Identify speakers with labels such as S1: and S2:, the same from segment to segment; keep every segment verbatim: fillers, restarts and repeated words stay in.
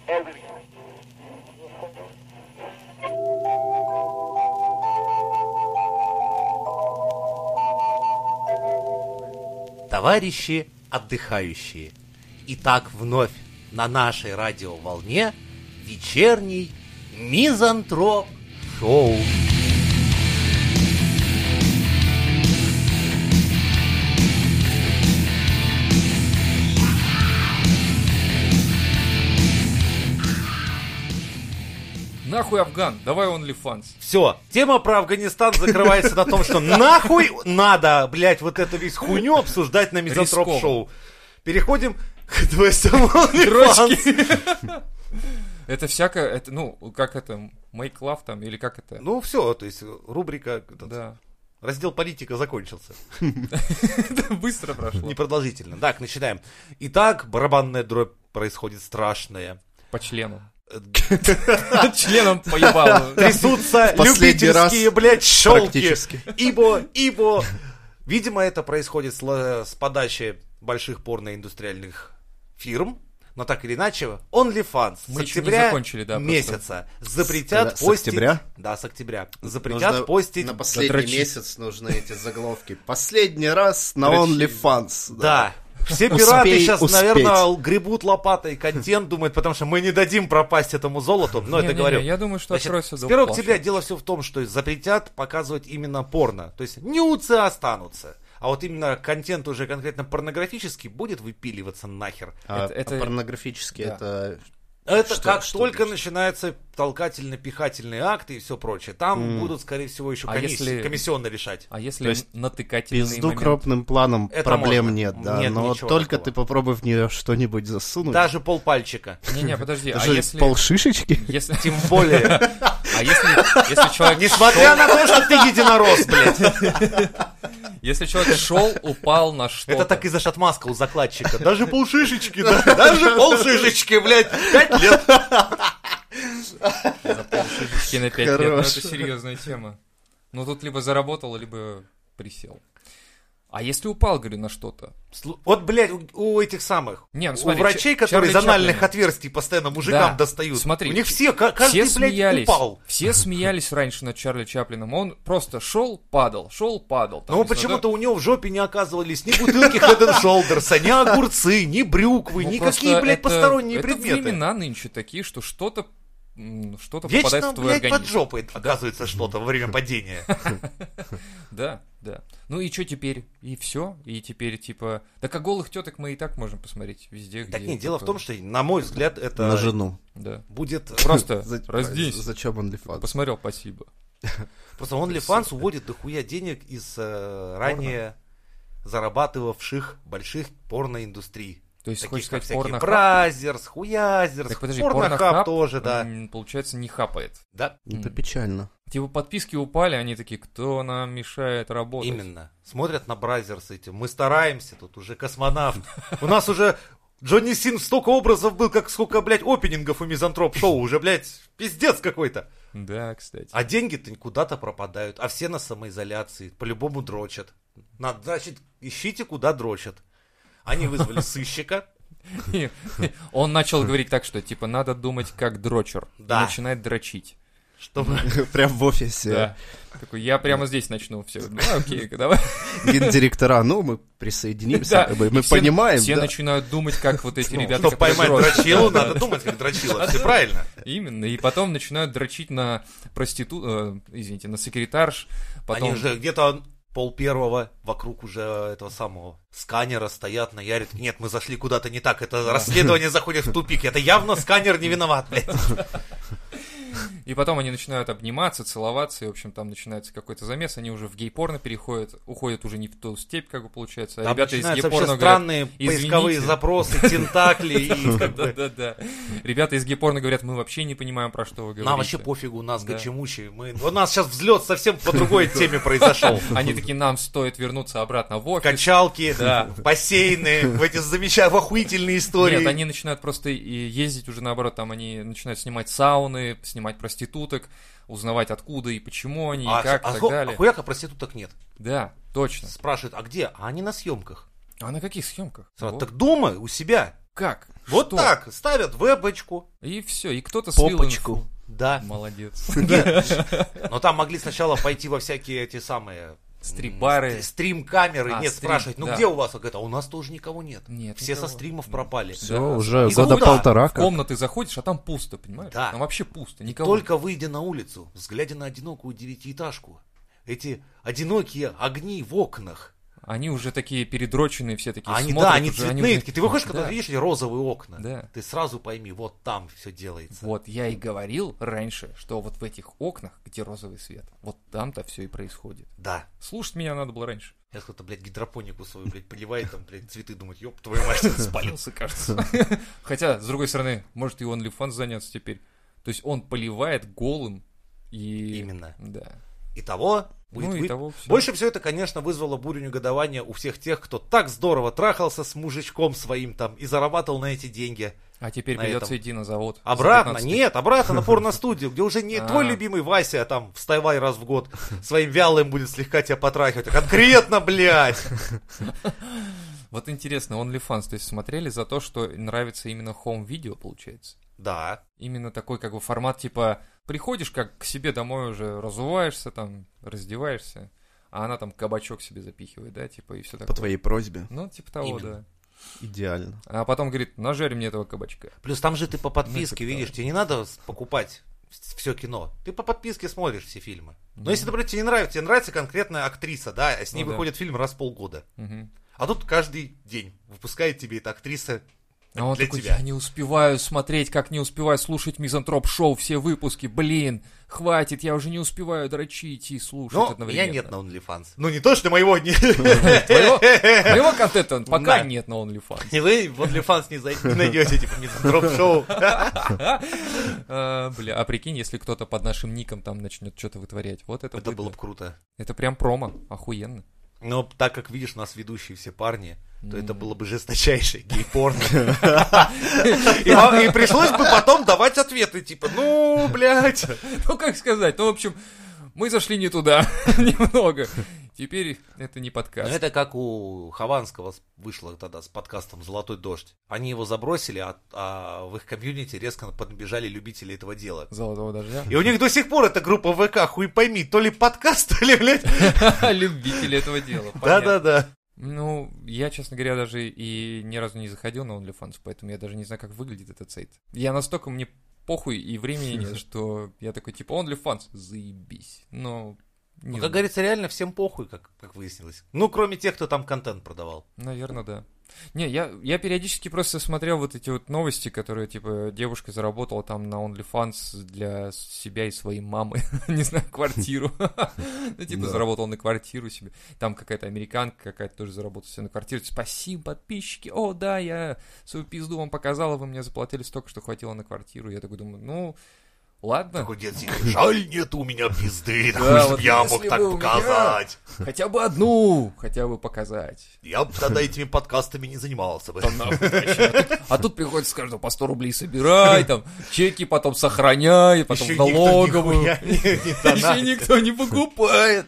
S1: Товарищи отдыхающие, итак, вновь на нашей радиоволне вечерний Мизантроп-шоу.
S2: Нахуй Афган, давай OnlyFans.
S1: Все, тема про Афганистан закрывается на том, что нахуй надо, блять, вот эту весь хуйню обсуждать на Мизантроп-шоу. Переходим к твоему OnlyFans.
S2: Это всякое, это, ну, как это, Make Love там, или как это?
S1: Ну, все, то есть рубрика,
S2: да.
S1: Раздел политика закончился.
S2: Быстро прошло.
S1: Непродолжительно. Так, начинаем. Итак, барабанная дробь происходит страшная.
S2: По члену. Членом поебал.
S1: Трясутся любительские, блядь, щелки. Ибо, ибо, видимо, это происходит с, с подачи больших порноиндустриальных фирм. Но так или иначе, OnlyFans с октября да, месяца просто. запретят с, постить... С октября? Да, с октября. Запретят нужно постить...
S3: На последний месяц нужны эти заголовки. Последний раз на OnlyFans.
S1: Да. да. Все пираты успей, сейчас, успеть. наверное, гребут лопатой контент, думают, потому что мы не дадим пропасть этому золоту. Но не, это не, говорю.
S2: Не, я думаю, что откроется
S1: с первого октября дело все в том, что запретят показывать именно порно. То есть нюцы останутся. А вот именно контент уже конкретно порнографический будет выпиливаться нахер.
S3: А, это, это... а порнографический да. это...
S1: Это
S3: что,
S1: как
S3: что
S1: только
S3: будет?
S1: начинаются толкательно-пихательные акты и все прочее. Там mm. будут, скорее всего, еще
S2: а
S1: комиссии,
S2: если...
S1: комиссионно решать.
S2: А если натыкательный
S3: пизду
S2: момент?
S3: крупным планом это проблем можно. нет, да.
S1: Нет,
S3: но только такого. Ты попробуй в нее что-нибудь засунуть.
S1: Даже полпальчика.
S2: Не-не, подожди.
S3: Даже
S2: а если...
S3: полшишечки?
S2: Если...
S1: Тем более.
S2: А если, если человек...
S1: Несмотря на то, что ты единорос, блядь.
S2: Если человек шел, упал на что-то.
S1: Это так из-за шатмаска у закладчика. Даже полшишечки, да. Даже полшишечки, блядь. Пять лет.
S2: За полшишечки на пять лет. Ну, это серьезная тема. Ну, тут либо заработал, либо присел. А если упал, говорю, на что-то?
S1: Вот, блядь, у, у этих самых,
S2: Не, ну, смотри,
S1: у врачей, которые из анальных отверстий постоянно мужикам да. достают,
S2: смотри,
S1: у них все, каждый,
S2: все
S1: блядь,
S2: смеялись,
S1: упал.
S2: Все смеялись раньше над Чарли Чаплином, он просто шел, падал, шел, падал.
S1: Там, но почему-то у него в жопе не оказывались ни бутылки Head and Shoulders, ни огурцы, ни брюквы, ну, никакие, блядь, это, посторонние
S2: это
S1: предметы.
S2: Это времена нынче такие, что что-то что-то
S1: Вечно,
S2: попадает в твой
S1: блядь,
S2: организм.
S1: под жопой оказывается что-то во время падения.
S2: Да, да. Ну и что теперь? И все? И теперь, типа... Так а голых теток мы и так можем посмотреть везде, где...
S1: Так нет, дело в том, что, на мой взгляд, это...
S3: На жену.
S2: Да.
S1: Будет...
S2: Просто разденься.
S3: Зачем OnlyFans?
S2: Посмотрел, спасибо.
S1: Просто OnlyFans уводит дохуя денег из ранее зарабатывавших больших порноиндустрий.
S2: То есть,
S1: таких,
S2: хочешь сказать,
S1: порнохаб? Бразерс, хуязерс,
S2: так, подожди,
S1: порнохаб, порнохаб тоже, да.
S2: Получается, не хапает.
S1: Да.
S3: Это печально.
S2: Типа подписки упали, они такие, кто нам мешает работать?
S1: Именно. Смотрят на Бразерс эти. Мы стараемся, тут уже космонавт. У нас уже Джонни Син столько образов был, как сколько, блядь, опенингов у Мизантроп-шоу. Уже, блядь, пиздец какой-то.
S2: Да, кстати.
S1: А деньги-то куда-то пропадают. А все на самоизоляции. По-любому дрочат. Надо, значит, ищите, куда дрочат. Они вызвали сыщика.
S2: Он начал говорить так, что типа надо думать как дрочер.
S1: Да.
S2: И начинает дрочить.
S1: Чтобы...
S3: Прям в офисе.
S2: Да. Такой, я прямо здесь начну все. Ну, окей, давай.
S3: Гендиректора, ну, мы присоединимся, да. мы все, понимаем.
S2: Все
S3: да.
S2: начинают думать, как вот эти
S1: ну,
S2: ребята.
S1: Чтобы поймать дрочилу, надо думать, как дрочила. Все правильно.
S2: Именно. И потом начинают дрочить на проститут... Э, извините, на секретарш. Потом...
S1: Они уже где-то... пол первого вокруг уже этого самого сканера стоят, наярят. Нет, мы зашли куда-то не так. Это расследование заходит в тупик. Это явно сканер не виноват, блядь.
S2: И потом они начинают обниматься, целоваться, и, в общем, там начинается какой-то замес, они уже в гей-порно переходят, уходят уже не в ту степь, как бы получается. А
S1: там
S2: ребята из
S1: гей-порно
S2: говорят,
S1: странные поисковые запросы, тентакли и как бы...
S2: Да-да-да. Ребята из гей-порно говорят, мы вообще не понимаем, про что вы говорите.
S1: Нам вообще пофигу, у нас гачемучи. У нас сейчас взлет совсем по другой теме произошел.
S2: Они такие, нам стоит вернуться обратно в офис.
S1: Качалки, бассейны, в эти замечательные, охуительные истории.
S2: Нет, они начинают просто ездить уже наоборот, там они начинают снимать сауны, снимать проституток, узнавать откуда и почему они,
S1: а,
S2: и как,
S1: а,
S2: и так
S1: а,
S2: далее.
S1: А хуяка проституток нет.
S2: Да, точно.
S1: Спрашивают, а где? А они на съемках.
S2: А на каких съемках?
S1: Вот. Так дома, у себя.
S2: Как?
S1: Вот
S2: Что?
S1: так, ставят вебочку.
S2: И все, и кто-то слил
S3: Попочку.
S2: инфу.
S1: Да.
S2: Молодец.
S1: Но там могли сначала пойти во всякие эти самые...
S2: Стрим-бары.
S1: Стрим-камеры.
S2: А,
S1: Нет,
S2: стрим,
S1: спрашивать, ну
S2: да.
S1: где у вас? Он говорит, а у нас тоже никого нет.
S2: Нет,
S1: Все
S2: никого.
S1: со стримов пропали.
S3: Все,
S2: Да.
S3: уже
S2: И
S3: года
S2: заходишь,
S3: полтора
S2: В
S3: как.
S2: комнаты заходишь, а там пусто, понимаешь?
S1: Да.
S2: Там вообще пусто, никого.
S1: Только выйдя на улицу, взглядя на одинокую девятиэтажку, эти одинокие огни в окнах,
S2: Они уже такие передроченные, все такие
S1: они,
S2: смотрят.
S1: да, они
S2: уже,
S1: цветные
S2: уже-
S1: такие. Ты выходишь, когда
S2: Да.
S1: видишь эти розовые окна,
S2: Да.
S1: ты сразу пойми, вот там все делается.
S2: Вот, я и говорил раньше, что вот в этих окнах, где розовый свет, вот там-то все и происходит.
S1: Да.
S2: Слушать меня надо было раньше.
S1: Сейчас кто-то, блядь, гидропонику свою, блядь, поливает, там, блядь, цветы, думает, ёб твою мать,
S2: Спалился, кажется. Хотя, с другой стороны, может и OnlyFans заняться теперь. То есть он поливает голым и...
S1: Именно.
S2: Да.
S1: Итого, будет
S2: Ну,
S1: вы-
S2: итого всё.
S1: больше всего это, конечно, вызвало бурю негодования у всех тех, кто так здорово трахался с мужичком своим там и зарабатывал на эти деньги.
S2: А теперь
S1: На
S2: придется
S1: этом.
S2: идти на завод. за
S1: Обратно,
S2: пятнадцать.
S1: нет, обратно на порностудию, где уже не
S2: А.
S1: твой любимый Вася, а там вставай раз в год, своим вялым будет слегка тебя потрахивать. А конкретно, блядь!
S2: Вот интересно, OnlyFans, то есть смотрели за то, что нравится именно хоум-видео, получается?
S1: Да.
S2: Именно такой как бы формат, типа, приходишь как к себе домой уже, разуваешься там, раздеваешься, а она там кабачок себе запихивает, да, типа, и все
S3: По
S2: такое.
S3: твоей просьбе.
S2: Ну, типа того,
S1: Именно.
S2: да.
S3: Идеально.
S2: А потом говорит, нажарь мне этого кабачка.
S1: Плюс там же ты по подписке,
S2: Ну, это
S1: видишь,
S2: да.
S1: тебе не надо с- покупать все кино. Ты по подписке смотришь все фильмы. Но
S2: Ну.
S1: если, например, тебе не нравится, тебе нравится конкретная актриса, да, а с ней
S2: Ну да.
S1: выходит фильм раз в полгода.
S2: Мгм.
S1: А тут каждый день выпускает тебе эта актриса
S2: А он
S1: для
S2: такой,
S1: тебя.
S2: я не успеваю смотреть, как не успеваю слушать Мизантроп Шоу, все выпуски, блин, хватит, я уже не успеваю дрочить и слушать
S1: Но
S2: одновременно.
S1: меня нет на OnlyFans. Ну, не то, что моего не...
S2: Твоего, моего контента пока
S1: Да.
S2: нет на OnlyFans.
S1: Не вы в OnlyFans не, зай- не найдете, типа, мизантроп-шоу.
S2: А, бля, а прикинь, если кто-то под нашим ником там начнет что-то вытворять. Вот это,
S1: Это
S2: будет,
S1: было
S2: да.
S1: бы круто.
S2: Это прям промо, охуенно.
S1: Но так как, видишь, у нас ведущие все парни, то это
S2: М.
S1: было бы жесточайшее гей-порно. И вам- И пришлось бы потом давать ответы, типа, ну, блядь.
S2: Ну, как сказать, ну, в общем, мы зашли не туда немного. Теперь это не
S1: Ну,
S2: подкаст.
S1: это как у Хованского с- вышло тогда с подкастом «Золотой дождь». Они его забросили, а, а в их комьюнити резко подбежали любители этого дела.
S2: Золотого дождя.
S1: И у них до сих пор эта группа ВК, хуй пойми, то ли подкаст, то ли, блядь.
S2: Любители этого дела. понятно.
S1: Да-да-да.
S2: Ну, я, честно говоря, даже и ни разу не заходил на OnlyFans, поэтому я даже не знаю, как выглядит этот сайт. Я настолько мне похуй и времени нет, что я такой, типа, OnlyFans, заебись. Но, не
S1: Ну, как
S2: знаю.
S1: говорится, реально всем похуй, как, как выяснилось. Ну, кроме тех, кто там контент продавал.
S2: Наверное, да. Не, я, я периодически просто смотрел вот эти вот новости, которые, типа, девушка заработала там на OnlyFans для себя и своей мамы, не знаю, квартиру. Ну, типа,
S3: Да.
S2: заработала на квартиру себе. Там какая-то американка какая-то тоже заработала себе на квартиру. Спасибо, подписчики. О, да, я свою пизду вам показала, вы мне заплатили столько, что хватило на квартиру. Я такой думаю, ну, ладно.
S1: Такой дед сидит, жаль, нет у меня пизды,
S2: Да,
S1: такой, чтоб
S2: вот
S1: я
S2: если
S1: мог
S2: бы
S1: так
S2: у меня-
S1: показать.
S2: Хотя бы одну, хотя бы показать.
S1: Я бы тогда этими подкастами не занимался бы.
S2: Да нахуй вообще. А тут- А тут приходится с каждого по сто рублей собирай, там, чеки потом сохраняй, потом
S1: Еще
S2: в налоговую.
S1: никто нихуя не- не
S2: Еще
S1: донатит.
S2: никто не покупает.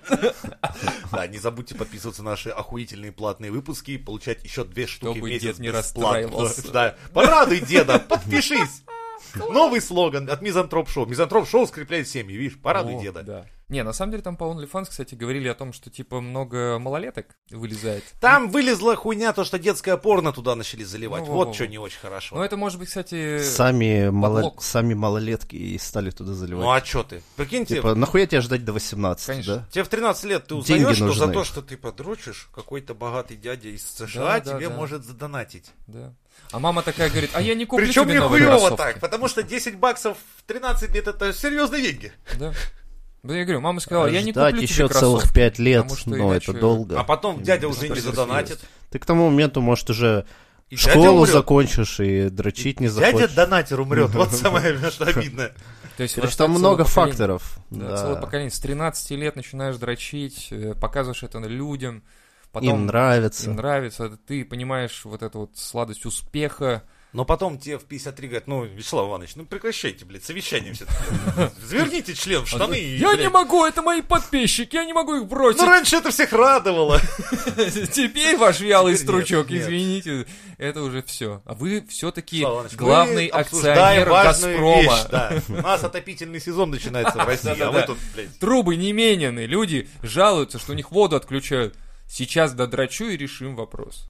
S1: Да, не забудьте подписываться на наши охуительные платные выпуски и получать еще две штуки в
S2: Чтобы
S1: месяц
S2: дед не
S1: бесплатно.
S2: расстраивался.
S1: Да. Порадуй деда, подпишись. Новый слоган от Мизантроп Шоу. Мизантроп Шоу скрепляет семьи, видишь, порадуй
S2: О,
S1: деда.
S2: да. Не, на самом деле там по OnlyFans, кстати, говорили о том, что типа много малолеток вылезает.
S1: Там вылезла хуйня, то, что детское порно туда начали заливать.
S2: Ну,
S1: вот
S2: во-во-во.
S1: что не очень хорошо.
S2: Ну это может быть, кстати...
S3: Сами, мало...
S2: подлог.
S3: Сами малолетки и стали туда заливать.
S1: Ну а что ты? Прикиньте,
S3: Типа, нахуя тебя ждать до восемнадцати,
S2: Конечно.
S3: да?
S1: тебе в тринадцать лет ты
S3: Деньги
S1: узнаешь, что за
S3: нужны.
S1: то, что ты подрочишь, какой-то богатый дядя из США
S2: Да, да,
S1: тебе
S2: да.
S1: может задонатить.
S2: Да. А мама такая говорит, а я не куплю
S1: Причем
S2: тебе
S1: не
S2: новые
S1: хуево
S2: кроссовки.
S1: так, потому что десять баксов в тринадцать лет это серьезные деньги.
S2: Да. Да, я говорю, мама сказала, я не
S3: Ждать
S2: куплю
S3: еще
S2: тебе
S3: целых
S2: кроссовки.
S3: пять лет,
S2: потому что
S3: но
S2: иначе-
S3: это долго.
S1: А потом дядя уже не
S2: Бесполезно.
S1: задонатит.
S3: Ты к тому моменту, может, уже
S1: И дядя
S3: школу
S1: умрет.
S3: закончишь и дрочить не
S1: Дядя
S3: захочешь.
S1: донатер умрет, вот самое что обидное.
S2: То есть
S3: Короче,
S2: вырастает
S3: там
S2: целое
S3: много
S2: поколение.
S3: факторов.
S2: Да,
S3: Да.
S2: целое поколение. С тринадцати лет начинаешь дрочить, э, показываешь это людям, потом
S3: Им нравится.
S2: им нравится, ты понимаешь вот эту вот сладость успеха,
S1: Но потом те в пятьдесят три говорят, ну, Вячеслав Иванович, ну прекращайте, блядь, совещание все-таки. Заверните член в штаны.
S2: Я не могу, это мои подписчики, я не могу их бросить.
S1: Ну, раньше это всех радовало.
S2: Теперь ваш вялый стручок, извините, это уже все. А вы все-таки главный акционер Газпрома.
S1: У нас отопительный сезон начинается в России, а вы тут, блядь.
S2: Трубы не менены, люди жалуются, что у них воду отключают. Сейчас додрачу и решим вопрос.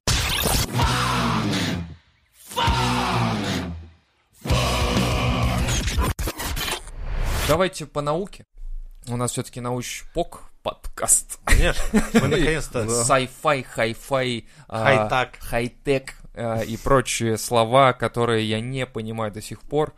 S2: Давайте по науке. У нас все-таки научпок подкаст.
S1: Конечно, мы наконец-то...
S2: Sci-fi, хай-фай,
S1: хай-так,
S2: хай-тек и прочие слова, которые я не понимаю до сих пор.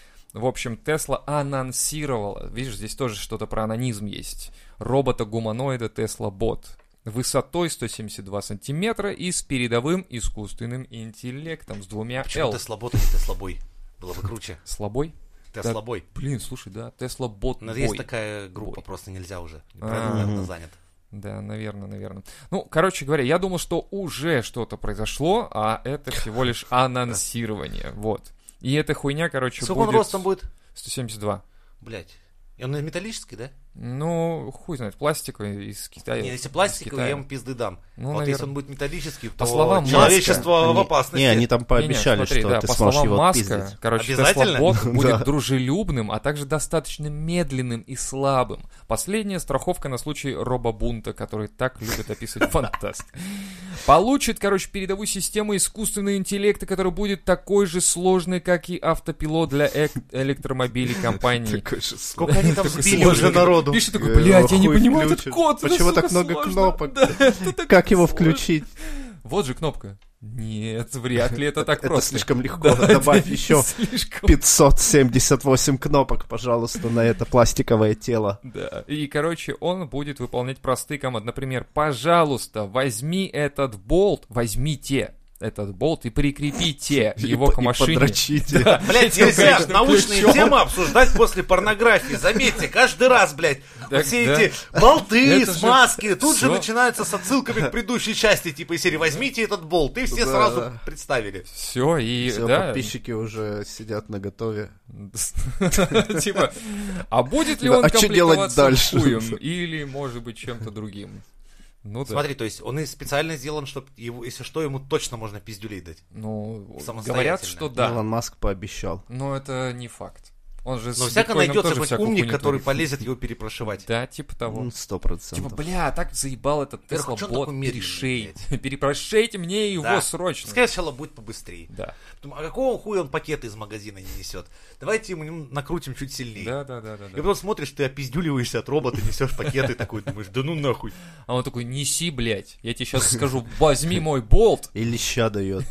S2: В общем, Tesla анонсировала, видишь, здесь тоже что-то про анонизм есть, робота-гуманоида Tesla Bot. Высотой сто семьдесят два сантиметра и с передовым искусственным интеллектом, с двумя
S1: Почему
S2: L.
S1: Tesla Bot, а не Tesla Boy? Было бы круче.
S2: Слабой?
S1: Tesla
S2: Да,
S1: Boy.
S2: Блин, слушай, да, Tesla Bot
S1: Но
S2: Boy.
S1: есть такая группа,
S2: Boy.
S1: просто нельзя уже.
S2: А.
S1: Правильно, наверное, занят.
S2: Да, наверное, наверное. Ну, короче говоря, я думал, что уже что-то произошло, а это всего лишь анонсирование, вот. И эта хуйня, короче,
S1: Сколько
S2: будет...
S1: он ростом будет?
S2: сто семьдесят два.
S1: Блять. И он металлический, да?
S2: Ну, хуй знает, пластиковый из Китая.
S1: Не, если
S2: из
S1: пластиковый,
S2: Китая.
S1: я ему пизды дам.
S2: Ну,
S1: вот
S2: наверное.
S1: если он будет металлический, то
S2: По словам
S1: человечество
S3: Маска,
S1: в опасности.
S3: Не, они там
S2: Не-не,
S3: пообещали,
S2: смотри,
S3: что
S2: да,
S3: ты
S2: по
S3: сможешь
S2: словам
S3: его
S2: Маска,
S3: отпиздить.
S2: короче,
S1: Обязательно?
S2: Tesla Bot будет
S3: Да.
S2: дружелюбным, а также достаточно медленным и слабым. Последняя страховка на случай робобунта, который так любят описывать фантаст. Получит, короче, передовую систему искусственного интеллекта, которая будет такой же сложной, как и автопилот для эк- электромобилей компании.
S1: Сколько они там
S2: Такой
S1: сбили
S2: сложный.
S1: уже народу?
S2: Пишет такой, блядь, я не
S3: Хуй
S2: понимаю этот
S3: включит.
S2: код. это,
S3: Почему
S2: сука,
S3: так много
S2: сложно».
S3: кнопок?
S2: Да, это так
S3: Как его
S2: сложно.
S3: включить?
S2: Вот же кнопка. Нет, вряд ли это так
S3: Это
S2: просто.
S3: слишком легко.
S2: Да,
S3: Добавь
S2: это
S3: еще
S2: слишком.
S3: пятьсот семьдесят восемь кнопок, пожалуйста, на это пластиковое тело.
S2: Да, и, короче, он будет выполнять простые команды. Например, пожалуйста, возьми этот болт, возьмите этот болт и прикрепите его
S3: И-
S2: к
S3: и
S2: машине.
S3: подрочите.
S2: Да,
S1: Блять,
S2: этим,
S1: нельзя
S2: конечно,
S1: научные
S2: ключом.
S1: темы обсуждать после порнографии. Заметьте, каждый раз, блядь,
S2: Так,
S1: все
S2: да.
S1: эти болты,
S2: Это же
S1: смазки, тут же
S2: всё.
S1: начинаются с отсылками к предыдущей части, типа из серии «Возьмите этот болт», и все
S3: Да.
S1: сразу представили.
S2: Все, и
S3: Все,
S2: да.
S3: подписчики уже сидят на готове.
S2: Типа, а будет ли
S3: Да,
S2: он
S3: а чё делать
S2: комплектоваться
S3: дальше?
S2: хуем или, может быть, чем-то другим? Ну да.
S1: Смотри, то есть он и специально сделан, чтобы, его, если что, ему точно можно пиздюлей дать.
S2: Ну,
S1: Самостоятельно.
S2: говорят, что да.
S3: Илон Маск пообещал.
S2: Но это не факт. Он же
S1: Но
S2: с
S1: всяко
S2: биткоином
S1: найдется
S2: тоже
S1: хоть
S2: всякую
S1: умник,
S2: хуйню
S1: который
S2: творит.
S1: полезет его перепрошивать.
S2: Да, типа того.
S3: Ну, сто
S2: Типа,
S3: процентов.
S2: бля, так заебал этот
S1: Во-первых,
S2: Tesla
S1: чё он
S2: бот,
S1: такой медленный,
S2: перешейте. Перепрошейте мне его
S1: Да.
S2: срочно.
S1: Пускай сначала будет побыстрее.
S2: Да.
S1: Потом, а какого хуя он пакеты из магазина не несет? Давайте ему накрутим чуть сильнее.
S2: Да, да, да, да,
S1: И
S2: да.
S1: потом смотришь, ты опиздюливаешься от робота, несешь пакеты, такой думаешь, да ну нахуй.
S2: А он такой, неси, блядь. Я тебе сейчас скажу, возьми мой болт
S3: И леща дает.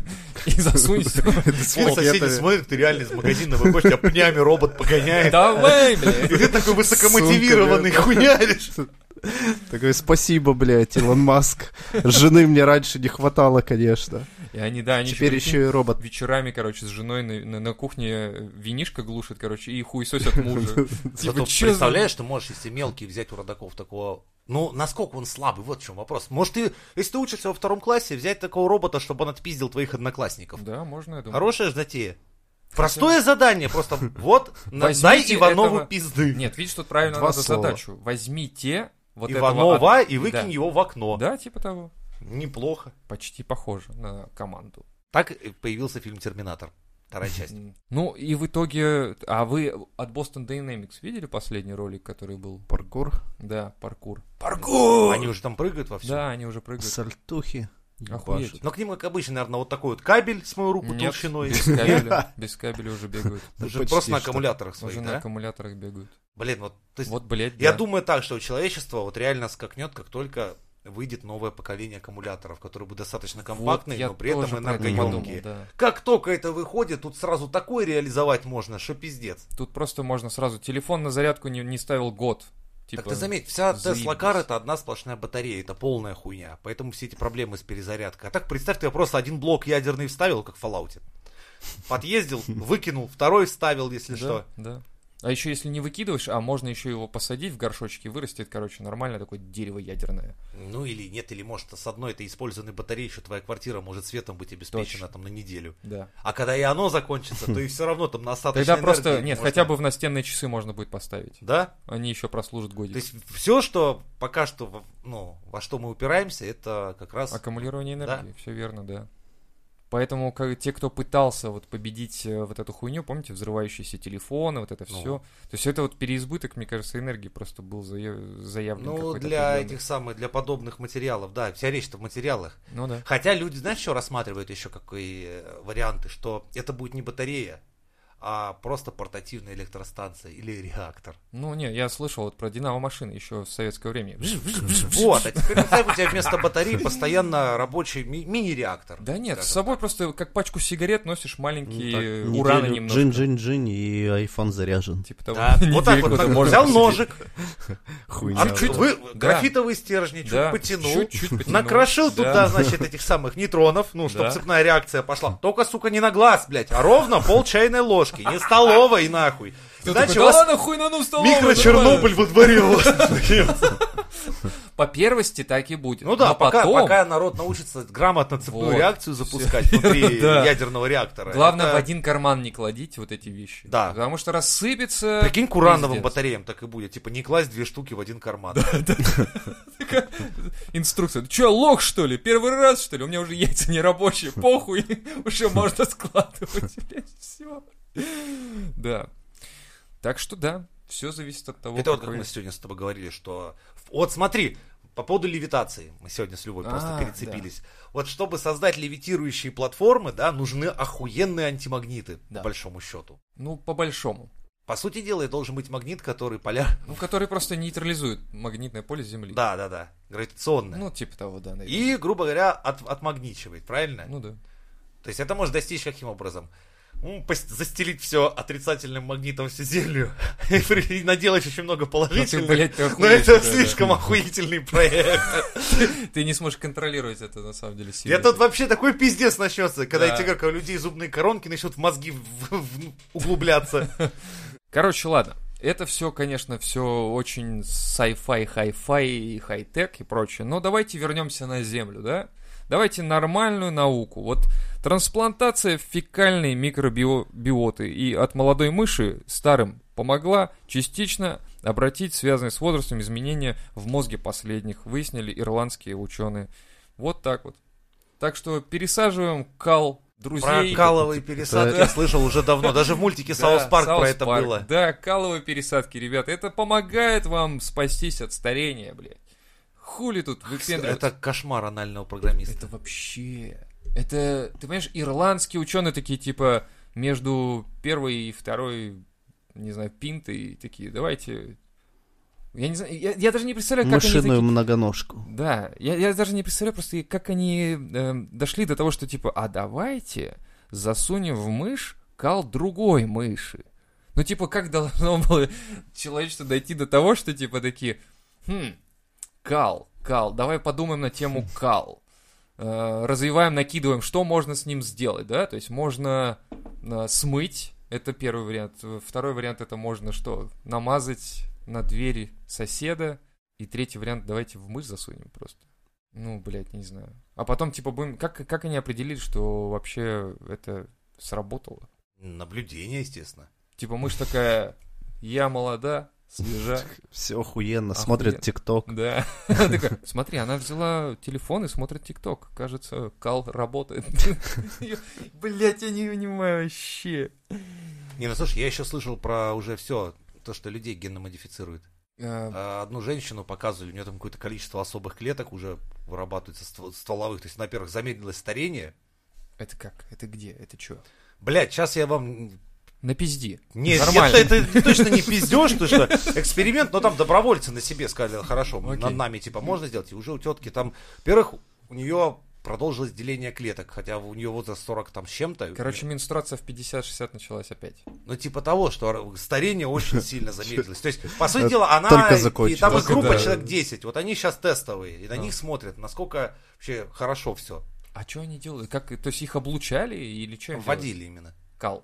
S2: и засунь.
S1: Все соседи смотрят, ты реально из магазина выходишь, тебя пнями робот погоняет.
S2: Давай,
S1: И
S2: блядь.
S1: ты такой высокомотивированный
S3: Сука,
S1: хуяришь.
S3: Такой, спасибо, блядь, Илон Маск. Жены мне раньше не хватало, конечно.
S2: И они, да, они
S3: Теперь
S2: прикинь,
S3: еще и робот.
S2: вечерами, короче, с женой на, на- на кухне винишко глушит, короче, и хуесосят мужа.
S1: Зато
S2: Типа, чё за-
S1: представляешь, ты можешь, если мелкий, взять у родаков такого... Ну, насколько он слабый, вот в чем вопрос. Может, ты, если ты учишься во втором классе, взять такого робота, чтобы он отпиздил твоих одноклассников.
S2: Да, можно, я думаю.
S1: Хорошая ж затея. Простое задание, просто вот, на-
S2: Возьмите
S1: дай Иванову
S2: этого-
S1: пизды.
S2: Нет, видишь, тут правильно
S3: Два
S2: надо
S3: слова.
S2: задачу. Возьмите вот
S1: Иванова
S2: этого... от-
S1: и выкинь
S2: Да.
S1: его в окно.
S2: Да, типа того.
S1: Неплохо.
S2: Почти похоже на команду.
S1: Так и появился фильм «Терминатор». Вторая часть.
S2: М. Ну, и в итоге... А вы от Boston Dynamics видели последний ролик, который был?
S3: Паркур.
S2: Да, паркур.
S1: Они уже там прыгают во все.
S2: Да, они уже прыгают.
S3: Сальтухи.
S2: Охуеть.
S3: ебашут.
S1: Но к ним, как обычно, наверное, вот такой вот кабель с мою руку
S2: Нет,
S1: толщиной.
S2: без кабеля. Без кабеля уже бегают.
S3: Ну,
S1: Уже
S3: почти
S1: просто на
S3: что.
S1: аккумуляторах своих,
S2: Уже на
S1: да?
S2: аккумуляторах бегают.
S1: Блин, вот, то есть,
S2: Вот, блядь,
S1: я
S2: да.
S1: думаю так, что человечество вот реально скакнет, как только выйдет новое поколение аккумуляторов, которые будут достаточно
S2: Вот
S1: компактные,
S2: я
S1: но при этом
S2: тоже про это
S1: энергоемкие.
S2: подумал, да.
S1: Как только это выходит, тут сразу такое реализовать можно, что пиздец.
S2: Тут просто можно сразу... Телефон на зарядку не, не ставил год. Типа,
S1: Так ты заметь, вся
S2: заебись.
S1: Tesla Car это одна сплошная батарея, это полная хуйня. Поэтому все эти проблемы с перезарядкой. А так представь, ты просто один блок ядерный вставил, как в Fallout. Подъездил, выкинул, второй вставил, если
S2: да,
S1: что.
S2: да. А еще если не выкидываешь, а можно еще его посадить в горшочке, вырастет, короче, нормальное такое дерево ядерное.
S1: Ну или нет, или может с одной этой использованной батареей еще твоя квартира может светом быть обеспечена Точно. Там на неделю.
S2: Да.
S1: А когда и оно закончится, то и все равно там на остаточной
S2: Тогда просто,
S1: энергии
S2: нет,
S1: можно...
S2: хотя бы в настенные часы можно будет поставить.
S1: Да?
S2: Они еще прослужат годик.
S1: То есть все, что пока что, ну, во что мы упираемся, это как раз...
S2: Аккумулирование энергии,
S1: да.
S2: все верно, да. Поэтому как, те, кто пытался вот победить э, вот эту хуйню, помните, взрывающиеся телефоны, вот это все. Ну. То есть это вот переизбыток, мне кажется, энергии просто был заяв... заявлен.
S1: Ну, для этих самых, для подобных материалов, да, вся речь-то в материалах.
S2: Ну да.
S1: Хотя люди, знаешь, что рассматривают еще какие варианты, что это будет не батарея, а просто портативная электростанция или реактор.
S2: Ну, не, я слышал вот про динамо-машины еще в советское время.
S1: Вот, а теперь представь, у тебя вместо батареи постоянно рабочий ми- мини-реактор.
S2: Да нет, с собой просто как пачку сигарет носишь маленькие
S3: ну,
S2: ураны немножко.
S3: Джин-джин-джин, и айфон заряжен.
S2: Типа того.
S1: Да, вот так вот, так, взял ножик,
S3: Хуйня.
S1: чуть-чуть вы, да. графитовый стержень, чуть
S2: да.
S1: потянул,
S2: чуть-чуть потянул,
S1: накрошил
S2: да.
S1: туда, значит, этих самых нейтронов, ну, чтобы
S2: да.
S1: цепная реакция пошла. Только, сука, не на глаз, блядь, а ровно пол чайной ложки, не столовой, нахуй.
S2: Иначе у вас да ладно, хуй на ну столовую,
S1: микро-Чернобыль во дворе у вас.
S2: По первости так и будет.
S1: Ну да,
S2: но
S1: пока,
S2: потом...
S1: пока народ научится грамотно цепную
S2: вот.
S1: реакцию запускать внутри
S2: да.
S1: ядерного реактора.
S2: Главное,
S1: это...
S2: в один карман не кладите вот эти вещи.
S1: Да.
S2: Потому что рассыпется...
S1: Прикинь, к урановым батареям так и будет. Типа, не класть две штуки в один карман.
S2: Инструкция. Ты что, лох, что ли? Первый раз, что ли? У меня уже яйца не рабочие. Похуй. Уже можно складывать. Все. Да. Так что да, все зависит от того,
S1: это вот
S2: какой...
S1: как мы сегодня с тобой говорили, что... Вот смотри, по поводу левитации, мы сегодня с Любой просто
S2: а,
S1: перецепились.
S2: Да.
S1: Вот чтобы создать левитирующие платформы, да, нужны охуенные антимагниты,
S2: да.
S1: по большому счету.
S2: Ну, по большому.
S1: По сути дела, должен быть магнит, который поля...
S2: Ну, который просто нейтрализует магнитное поле Земли.
S1: Да, да, да, гравитационное.
S2: Ну, типа того, да, наверное.
S1: И, грубо говоря, от, отмагничивает, правильно?
S2: Ну, да.
S1: То есть это можно достичь каким образом? Ну, застелить все отрицательным магнитом всю Землю и наделать очень много положительных.
S2: Ну, блядь,
S1: но это слишком охуительный проект.
S2: Ты не сможешь контролировать это, на самом деле, сильно.
S1: Я тут вообще такой пиздец начнется, когда я тебе говорю, у людей зубные коронки начнут в мозги углубляться.
S2: Короче, ладно. Это все, конечно, все очень sci-fi, hi-fi и хай-тек и прочее. Но давайте вернемся на Землю, да? Давайте нормальную науку. Вот трансплантация фекальной микробиоты и от молодой мыши старым помогла частично обратить связанные с возрастом изменения в мозге последних, выяснили ирландские ученые. Вот так вот. Так что пересаживаем кал друзей.
S1: Про каловые пересадки я слышал уже давно. Даже в мультике Саус Парк про это было.
S2: Да, каловые пересадки, ребята. Это помогает вам спастись от старения, блядь. Хули тут выпендриваться?
S1: Это кошмар анального программиста.
S2: Это вообще... Это, ты понимаешь, ирландские ученые такие, типа, между первой и второй, не знаю, пинтой, такие, давайте... Я не знаю, я, я даже не представляю, как
S3: Мышиную
S2: они... Мышиную
S3: многоножку.
S2: Да, я, я даже не представляю просто, как они э, дошли до того, что, типа, а давайте засунем в мышь кал другой мыши. Ну, типа, как должно было человечество дойти до того, что, типа, такие, хм... Кал, кал, давай подумаем на тему кал. Э, развиваем, накидываем, что можно с ним сделать, да? То есть можно э, смыть, это первый вариант. Второй вариант, это можно что? Намазать на двери соседа. И третий вариант, давайте в мышь засунем просто. Ну, блядь, не знаю. А потом, типа, будем... Как, как они определили, что вообще это сработало?
S1: Наблюдение, естественно.
S2: Типа, мышь такая, я молода, свежа.
S3: Все охуенно, смотрит ТикТок.
S2: Да. Такая, смотри, она взяла телефон и смотрит ТикТок. Кажется, кал работает. Блять, я не понимаю вообще.
S1: Не, ну слушай, я еще слышал про уже все, то, что людей генно модифицируют. Одну женщину показывали, у нее там какое-то количество особых клеток уже вырабатывается стволовых. То есть, во-первых, замедлилось старение.
S2: Это как? Это где? Это что?
S1: Блять, сейчас я вам...
S2: Напизди.
S1: Нет, это, это точно не пиздеж, потому что эксперимент, но там добровольцы на себе сказали, хорошо, okay. над нами типа можно сделать. И уже у тетки там, во-первых, у нее продолжилось деление клеток, хотя у нее возраст сорок там с чем-то.
S2: Короче, менструация в пятьдесят-шестьдесят началась опять.
S1: Ну, типа того, что старение очень сильно замедлилось. То есть, по сути дела, она... И там их группа человек десять, вот они сейчас тестовые, и на них смотрят, насколько вообще хорошо все.
S2: А что они делают? Как, то есть их облучали или что?
S1: Вводили именно.
S2: Кал.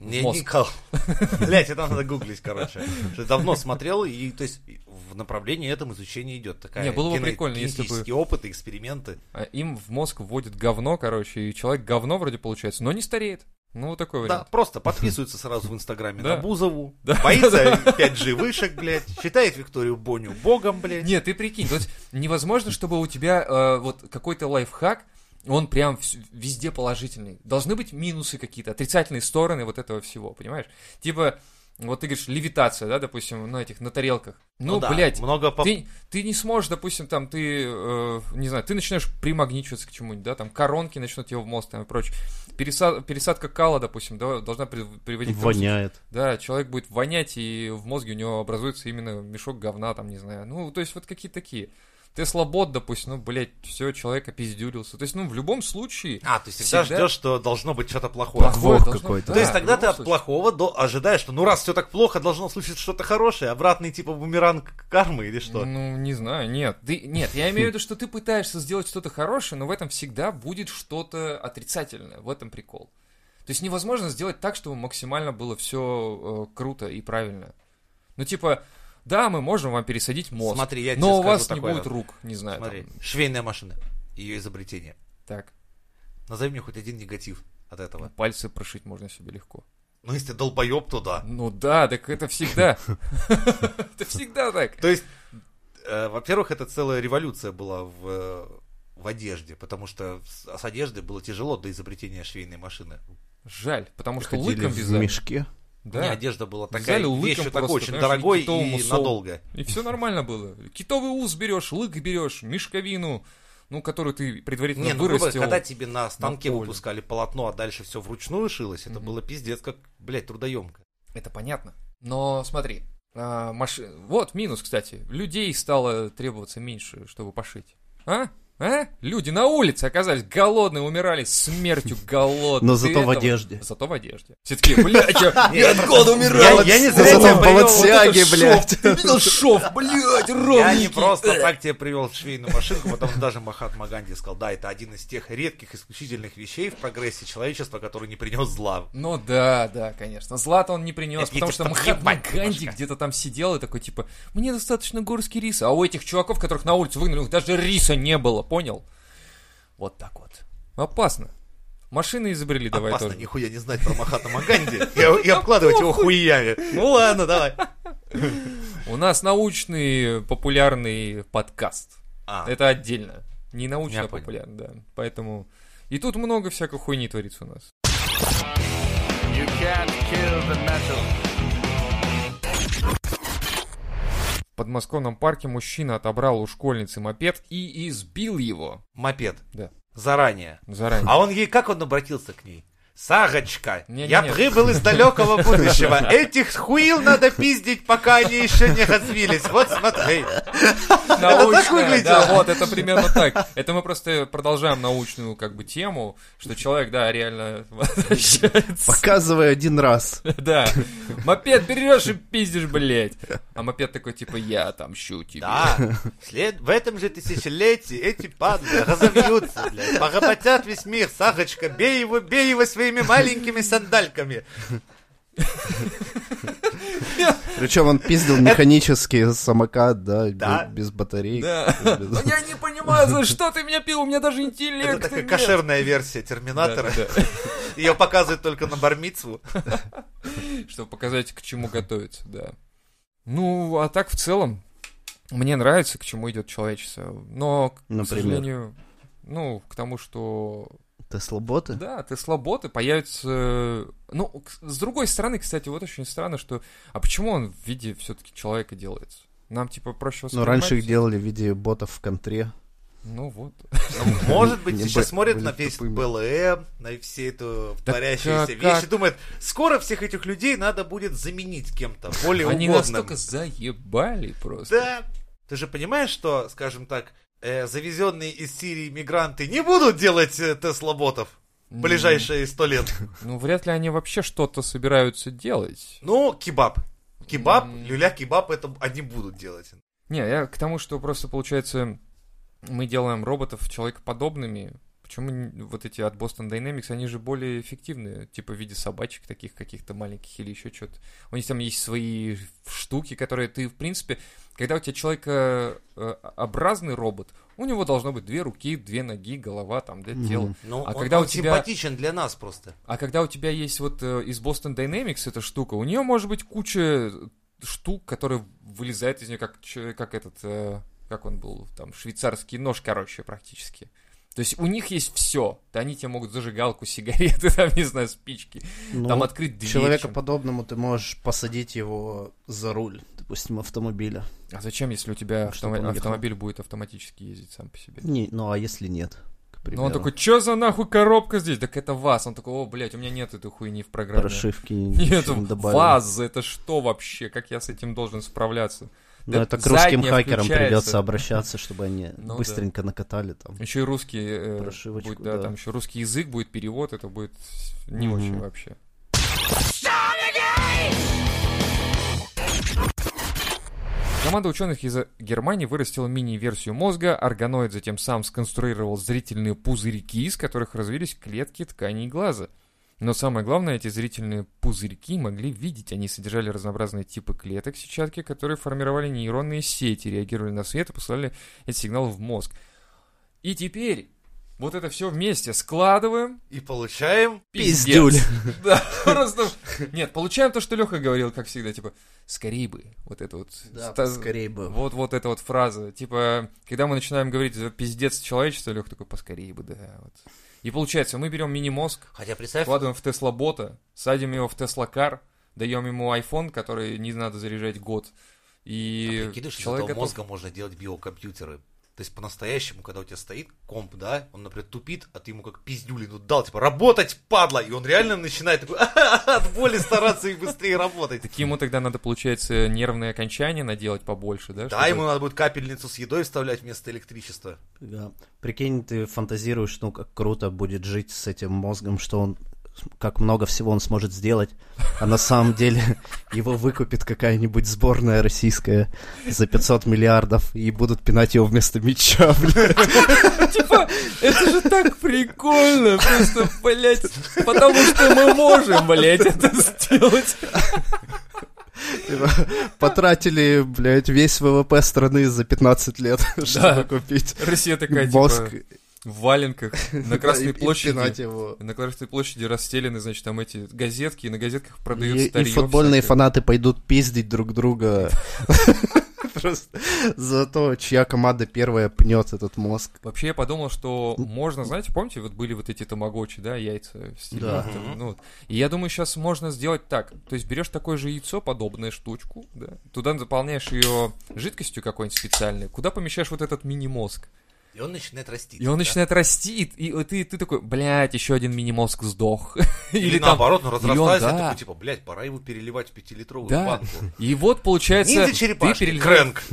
S1: Не, Никол. Блять, это надо гуглить, короче. Давно смотрел, и то есть в направлении этом изучение идет. Такая
S2: не, было бы прикольно, если бы...
S1: опыты, эксперименты.
S2: Им в мозг вводят говно, короче, и человек говно вроде получается, но не стареет. Ну, вот такой вариант.
S1: Да, просто подписывается сразу в Инстаграме
S2: Да.
S1: на Бузову,
S2: Да.
S1: боится пять джи вышек, блядь, считает Викторию Боню богом, блядь.
S2: Нет, ты прикинь, то есть невозможно, чтобы у тебя э, вот какой-то лайфхак, он прям вс- везде положительный. Должны быть минусы какие-то, отрицательные стороны вот этого всего, понимаешь? Типа, вот ты говоришь, левитация, да, допустим, на этих, на тарелках. Ну,
S1: Ну да,
S2: блядь,
S1: много по-
S2: ты, ты не сможешь, допустим, там, ты, э, не знаю, ты начинаешь примагничиваться к чему-нибудь, да, там, коронки начнут его в мозг, там, и прочее. Пересад, пересадка кала, допустим, да, должна при- приводить к тому, что-
S3: Воняет.
S2: да, человек будет вонять, и в мозге у него образуется именно мешок говна, там, не знаю. Ну, то есть вот какие-то такие. Тесла-бот, допустим, ну, блядь, все, человек опиздюрился. То есть, ну, в любом случае...
S1: А, то есть всегда,
S2: всегда-
S1: ждешь, что должно быть что-то плохое.
S2: Плохое
S3: Подвох
S2: должно-
S3: какой-то.
S2: да,
S1: То есть
S2: в
S1: тогда ты
S2: любом
S1: от
S2: случае.
S1: плохого до... ожидаешь, что ну раз все так плохо, должно случиться что-то хорошее, обратный типа бумеранг кармы или что?
S2: Ну, не знаю, нет. Ты, нет, я имею в виду, что ты пытаешься сделать что-то хорошее, но в этом всегда будет что-то отрицательное. В этом прикол. То есть невозможно сделать так, чтобы максимально было все э, круто и правильно. Ну, типа, да, мы можем вам пересадить мозг,
S1: Смотри, я тебе
S2: но у
S1: скажу
S2: вас не
S1: такое.
S2: будет рук, не знаю.
S1: Смотри,
S2: там.
S1: швейная машина, ее изобретение.
S2: Так,
S1: Назови мне хоть один негатив от этого.
S2: пальцы прошить можно себе легко.
S1: Ну, если долбоеб, то да.
S2: Ну да, так это всегда. Это всегда так.
S1: То есть, э, во-первых, это целая революция была в, э, в одежде, потому что с, с одеждой было тяжело до изобретения швейной машины.
S2: Жаль, потому что
S3: Ходили
S2: лыком
S3: в
S2: вязали.
S3: мешке.
S1: Не,
S2: Да.
S1: одежда была
S2: Взяли
S1: такая,
S2: лыком
S1: вещью
S2: просто,
S1: такой очень
S2: знаешь,
S1: дорогой
S2: и китовому
S1: и
S2: солу.
S1: надолго.
S2: И все нормально было. Китовый ус берешь, лык берешь, мешковину, ну, которую ты предварительно
S1: Не, ну, грубо,
S2: вырастил.
S1: когда тебе на станке
S2: поле.
S1: выпускали полотно, а дальше все вручную шилось, это
S2: Мгм.
S1: было пиздец, как, блядь, трудоемко.
S2: Это понятно. Но смотри, а, маши- вот минус, кстати. Людей стало требоваться меньше, чтобы пошить. А? А? Люди на улице оказались голодные, умирали смертью голодной.
S3: Но
S2: Ты
S3: зато в
S2: этого-
S3: одежде.
S2: Зато в одежде. Все такие, блядь, я я от голода умирал.
S1: Я- я не
S2: от
S1: зря
S2: всего».
S1: тебя
S3: в
S1: привел вот
S3: балансиаге,
S2: этот
S3: блядь.
S2: шов. Ты видел шов, блядь, ровненький.
S1: Я не просто так тебе привел швейную машинку, потом даже Махатма Ганди сказал, да, это один из тех редких, исключительных вещей в прогрессе человечества, который не принес зла.
S2: Ну да, да, конечно. Зла-то он не принес,
S1: Это я
S2: потому
S1: тебе
S2: что Махатма
S1: подъебать
S2: Ганди
S1: немножко.
S2: где-то там сидел и такой, типа, мне достаточно горский риса. А у этих чуваков, которых на улицу выгнали, у них даже риса не было, понял? Вот так вот. Опасно. Машины изобрели, давай
S1: Опасно
S2: тоже.
S1: нихуя не знать про Махатма Ганди и, и обкладывать его хуями. Ну ладно, давай.
S2: У нас научный популярный подкаст.
S1: А,
S2: Это отдельно. Не
S1: Я
S2: научно-популярный, да. Поэтому... И тут много всякой хуйни творится у нас.
S4: You can't kill the metal.
S2: В подмосковном парке мужчина отобрал у школьницы мопед и избил его.
S1: мопед.
S2: Да.
S1: Заранее.
S2: Заранее.
S1: А он ей, как он обратился к ней? Сагочка,
S2: Не-не-не.
S1: я прибыл из далекого будущего. Этих хуил надо пиздить, пока они еще не развились. Вот смотри.
S2: Научная,
S1: так выглядело?
S2: да, вот, это примерно так. Это мы просто продолжаем научную, как бы, тему, что человек, да, реально возвращается.
S3: Показывай один раз.
S2: Да. Мопед берешь и пиздишь, блядь. А мопед такой, типа, я отомщу тебе.
S1: Да, след... в этом же тысячелетии эти падлы разовьются, блядь, поработят весь мир. Сагочка, бей его, бей его своими маленькими сандальками.
S3: Причем он пиздил механический самокат, да,
S1: Да.
S3: без батарей.
S2: Да.
S3: Без-
S2: Я не понимаю, за что ты меня пил, у меня даже
S1: Это
S2: интеллекта
S1: такая
S2: нет.
S1: кошерная версия Терминатора.
S2: Да, да,
S1: Ее показывают только на бармицву.
S2: да. Чтобы показать, к чему готовиться, да. Ну, а так в целом, мне нравится, к чему идет человечество. Но, к
S3: Например?
S2: сожалению, ну, к тому, что
S3: Тесла-боты?
S2: да, Тесла-боты появятся... Ну, к- с другой стороны, кстати, вот очень странно, что... А почему он в виде все-таки человека делается? Нам, типа, проще
S3: Ну,
S2: воспринимать?
S3: раньше их делали в виде ботов в контре.
S2: Ну, вот.
S1: Ну, может быть,
S3: Не
S1: сейчас
S3: бы-
S1: смотрят
S3: были
S1: на весь
S3: тупыми.
S1: БЛМ, на все эту
S2: Да
S1: творящиеся
S2: как-
S1: вещи,
S2: как?
S1: думают, скоро всех этих людей надо будет заменить кем-то более
S2: Они
S1: угодным.
S2: настолько заебали просто.
S1: Да. Ты же понимаешь, что, скажем так, э, завезенные из Сирии мигранты не будут делать э, Тесла-ботов в ближайшие сто лет?
S2: Ну, вряд ли они вообще что-то собираются делать.
S1: Ну, кебаб. Кебаб,
S2: М.
S1: люля-кебаб, это они будут делать.
S2: Не, я к тому, что просто получается, мы делаем роботов человекоподобными. почему вот эти от Boston Dynamics, они же более эффективные, типа в виде собачек таких каких-то маленьких или еще что-то. У них там есть свои штуки, которые ты, в принципе, когда у тебя человекообразный робот, у него должно быть две руки, две ноги, голова там, да, тело.
S1: Mm-hmm. Ну,
S2: а
S1: он,
S2: когда
S1: он
S2: у тебя...
S1: симпатичен для нас просто.
S2: А когда у тебя есть вот э, из Boston Dynamics эта штука, у нее может быть куча штук, которые вылезают из нее, как, как этот, э, как он был, там, швейцарский нож, короче, практически. То есть у них есть все. Они тебе могут зажигалку, сигареты, там, не знаю, спички, ну, там открыть дверь.
S3: Человекоподобному ты можешь посадить его за руль, допустим, автомобиля.
S2: А зачем, если у тебя автом... автомобиль будет автоматически ездить сам по себе?
S3: Не, ну а если нет?
S2: Ну он такой, чё за нахуй коробка здесь? Так это ВАЗ. Он такой, о, блядь, у меня нет этой хуйни в программе.
S3: Прошивки
S2: нет, ВАЗ, это что вообще? Как я с этим должен справляться?
S3: Ну, это к русским хакерам придется обращаться, чтобы они ну, быстренько да. накатали там.
S2: Еще и русский э, будет, да, да, там еще русский язык будет, перевод, это будет не mm-hmm. очень вообще. Команда ученых из Германии вырастила мини-версию мозга, органоид затем сам сконструировал зрительные пузырьки, из которых развились клетки тканей глаза. Но самое главное, эти зрительные пузырьки могли видеть. Они содержали разнообразные типы клеток сетчатки, которые формировали нейронные сети, реагировали на свет и посылали эти сигналы в мозг. И теперь вот это все вместе складываем.
S1: И получаем...
S3: Пиздюль.
S2: Да, просто... Нет, получаем то, что Леха говорил, как всегда, типа, скорей бы. Вот это вот...
S3: Да, скорей бы.
S2: Вот, вот эта вот фраза. Типа, когда мы начинаем говорить за пиздец человечества, Леха такой, поскорей бы, да, вот... И получается, мы берем мини-мозг,
S1: Хотя, представь...
S2: вкладываем в Tesla-бота, садим его в Tesla-кар, даем ему iPhone, который не надо заряжать год. И
S1: а прикидываешь,
S2: человек
S1: из этого
S2: готов...
S1: мозга можно делать биокомпьютеры. То есть по-настоящему, когда у тебя стоит комп, да, он, например, тупит, а ты ему как пиздюлину дал, типа, работать, падла, и он реально начинает такой, от боли стараться и быстрее работать.
S2: Так ему тогда надо, получается, нервные окончания наделать побольше, да?
S1: Да, чтобы... ему надо будет капельницу с едой вставлять вместо электричества.
S3: Да. Прикинь, ты фантазируешь, ну, как круто будет жить с этим мозгом, что он как много всего он сможет сделать, а на самом деле его выкупит какая-нибудь сборная российская за пятьсот миллиардов и будут пинать его вместо мяча, блядь.
S2: Типа, это же так прикольно, просто, блядь, потому что мы можем, блядь, это сделать.
S3: Типа, потратили, блядь, весь ВВП страны за пятнадцать лет, чтобы купить
S2: Россия такая,
S3: мозг.
S2: Типа... В валенках на Красной площади.
S3: Его.
S2: На Красной площади расстелены, значит, там эти газетки, и на газетках продают и, старье.
S3: И футбольные
S2: всякое.
S3: Фанаты пойдут пиздить друг друга. Просто за то, чья команда первая пнет этот мозг.
S2: Вообще я подумал, что можно, знаете, помните, вот были вот эти тамагочи, да, яйца в стиле.
S3: Да.
S2: Ну, и я думаю, сейчас можно сделать так. То есть берешь такое же яйцо, подобную штучку, да, туда заполняешь ее жидкостью какой-нибудь специальной, куда помещаешь вот этот мини-мозг.
S1: И он начинает расти.
S2: И он
S1: да?
S2: начинает расти, и, и ты, ты такой, блядь, еще один мини-мозг сдох.
S1: Или, Или наоборот, он разрастается, он, да. такой, типа, блядь, пора его переливать в пятилитровую да. банку.
S2: И вот, получается...
S1: Ниндзя-черепашки, крэнк.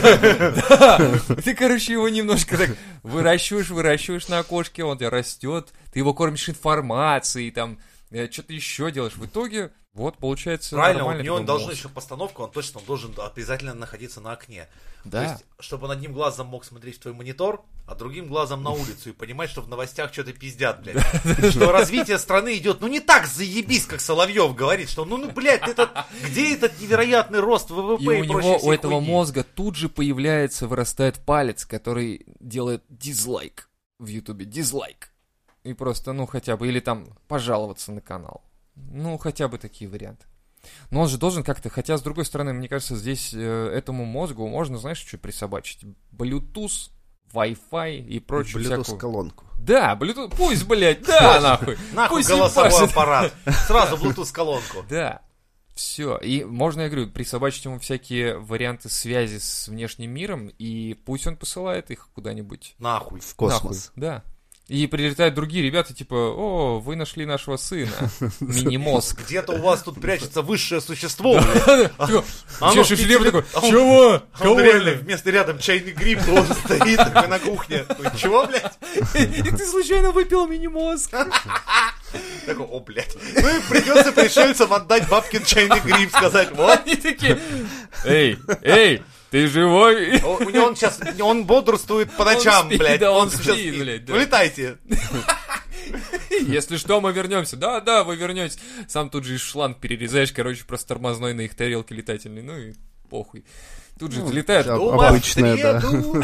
S2: Да, ты, короче, его немножко так выращиваешь, выращиваешь на окошке, он у тебя растет, ты его кормишь информацией, там, что-то еще делаешь. В итоге, вот, получается...
S1: Правильно, у него должна еще постановка, он точно должен обязательно находиться на окне.
S2: Да.
S1: То есть, чтобы он одним глазом мог смотреть в твой монитор, а другим глазом на улицу и понимать, что в новостях что-то пиздят, блядь. Что развитие страны идет, ну не так заебись, как Соловьев говорит, что ну, ну блядь, этот, где этот невероятный рост ВВП и,
S2: и у него, у этого хуйни? Мозга тут же появляется, вырастает палец, который делает дизлайк в Ютубе, дизлайк. И просто, ну хотя бы, или там пожаловаться на канал. Ну, хотя бы такие варианты. Но он же должен как-то, хотя, с другой стороны, мне кажется, здесь э, этому мозгу можно, знаешь, что присобачить? Bluetooth, Wi-Fi и прочую всякую...
S3: Bluetooth-колонку.
S2: Да, Bluetooth, пусть, блядь, да, нахуй.
S1: Нахуй голосовой аппарат, сразу Bluetooth-колонку.
S2: Да, все. И можно, я говорю, присобачить ему всякие варианты связи с внешним миром, и пусть он посылает их куда-нибудь.
S1: Нахуй.
S3: В космос.
S2: Да. И прилетают другие ребята, типа, о, вы нашли нашего сына, мини-мозг.
S1: Где-то у вас тут прячется высшее существо.
S2: Чешешь шлем такой, чего?
S1: Кого? Реально, вместо рядом чайный гриб просто стоит такой на кухне. Чего, блядь?
S2: И ты случайно выпил мини-мозг.
S1: Такой, о, блядь. Ну и придется пришельцам отдать бабкин чайный гриб, сказать, вот.
S2: Они такие, эй, эй, Ты живой?
S1: У него он сейчас, он бодрствует по ночам,
S2: Он спит,
S1: блядь.
S2: да, он
S1: сейчас
S2: спит,
S1: спит.
S2: блядь, да.
S1: Вылетайте.
S2: Если что, мы вернемся. Да, да, вы вернетесь. Сам тут же из шланг перерезаешь, короче, просто тормозной на их тарелке летательной. Ну и похуй. Тут же взлетает.
S3: да,
S2: Ну,
S3: обычная, да.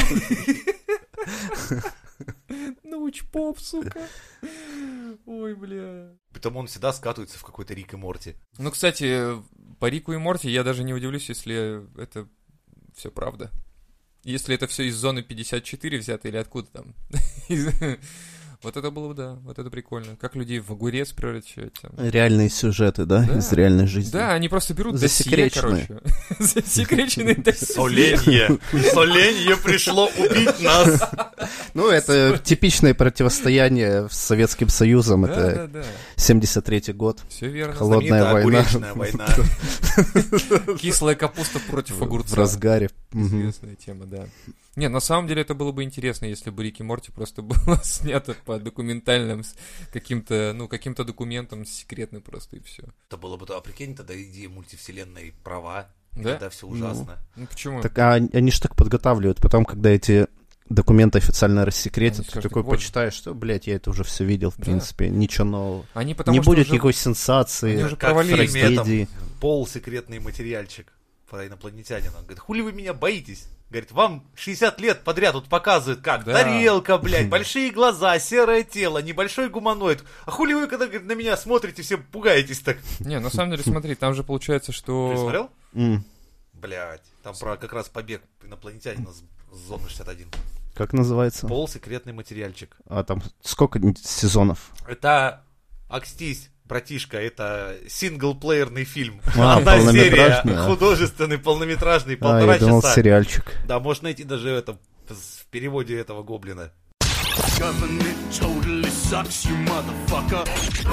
S2: Научпоп, сука. Ой, бля.
S1: Притом он всегда скатывается в какой-то Рик и Морти.
S2: Ну, кстати, по Рику и Морти я даже не удивлюсь, если это все правда. Если это все из зоны пятьдесят четыре взято или откуда там. Вот это было бы, да, вот это прикольно. Как людей в огурец превращать. Там.
S3: Реальные сюжеты, да,
S2: Да.
S3: из реальной жизни.
S2: Да, они просто берут досье,
S3: Засекреченные.
S2: короче. Засекреченные досье.
S1: Соленье. Соленье пришло убить нас.
S3: Ну, это типичное противостояние с Советским Союзом.
S2: Да,
S3: Это
S2: да, да.
S3: семьдесят третий год.
S2: Все верно.
S3: Холодная
S1: Знаменитая
S3: война.
S1: огуречная война.
S2: Кислая капуста против
S3: В
S2: огурца.
S3: разгаре. Мгм.
S2: Известная тема, да. Не, на самом деле это было бы интересно, если бы Рик и Морти просто было снято по документальным с каким-то, ну, каким-то документом секретным просто и все.
S1: Это было бы, а прикинь, тогда идея мультивселенной права.
S2: Да?
S1: Тогда все ужасно.
S2: Ну почему?
S3: Так а они же так подготавливают. Потом, когда эти документы официально рассекретят,
S2: Они
S3: ты
S2: скажут,
S3: такой
S2: вот.
S3: почитаешь, что, блядь, я это уже все видел, в
S2: Да.
S3: принципе. Ничего нового.
S2: Они потому
S3: Не
S2: что
S3: будет
S2: уже-
S3: никакой сенсации,
S2: они уже
S1: Как в
S2: провалились.
S1: фильме этом
S3: трагедии.
S1: полусекретный материальчик про инопланетянина. Он говорит, хули вы меня боитесь? Говорит, вам шестьдесят лет подряд тут показывают, как
S2: Да.
S1: тарелка, блядь, большие глаза, серое тело, небольшой гуманоид. А хули вы, когда говорит, на меня смотрите, все пугаетесь так?
S2: Не, на самом деле, смотри, там же получается,
S1: Ты
S2: что...
S1: смотрел?
S3: М.
S1: Блядь, там про как раз побег инопланетянина с с зоны шестьдесят один.
S3: Как называется?
S1: Полусекретный материальчик.
S3: А там сколько сезонов?
S1: Это, акстись, братишка, это синглплеерный фильм.
S3: А,
S1: Одна серия,
S3: полнометражный, а.
S1: художественный, полнометражный,
S3: А,
S1: полтора
S3: я думал,
S1: часа.
S3: сериальчик.
S1: Да, можно найти даже это в переводе этого гоблина.
S4: Government totally sucks, you motherfucker.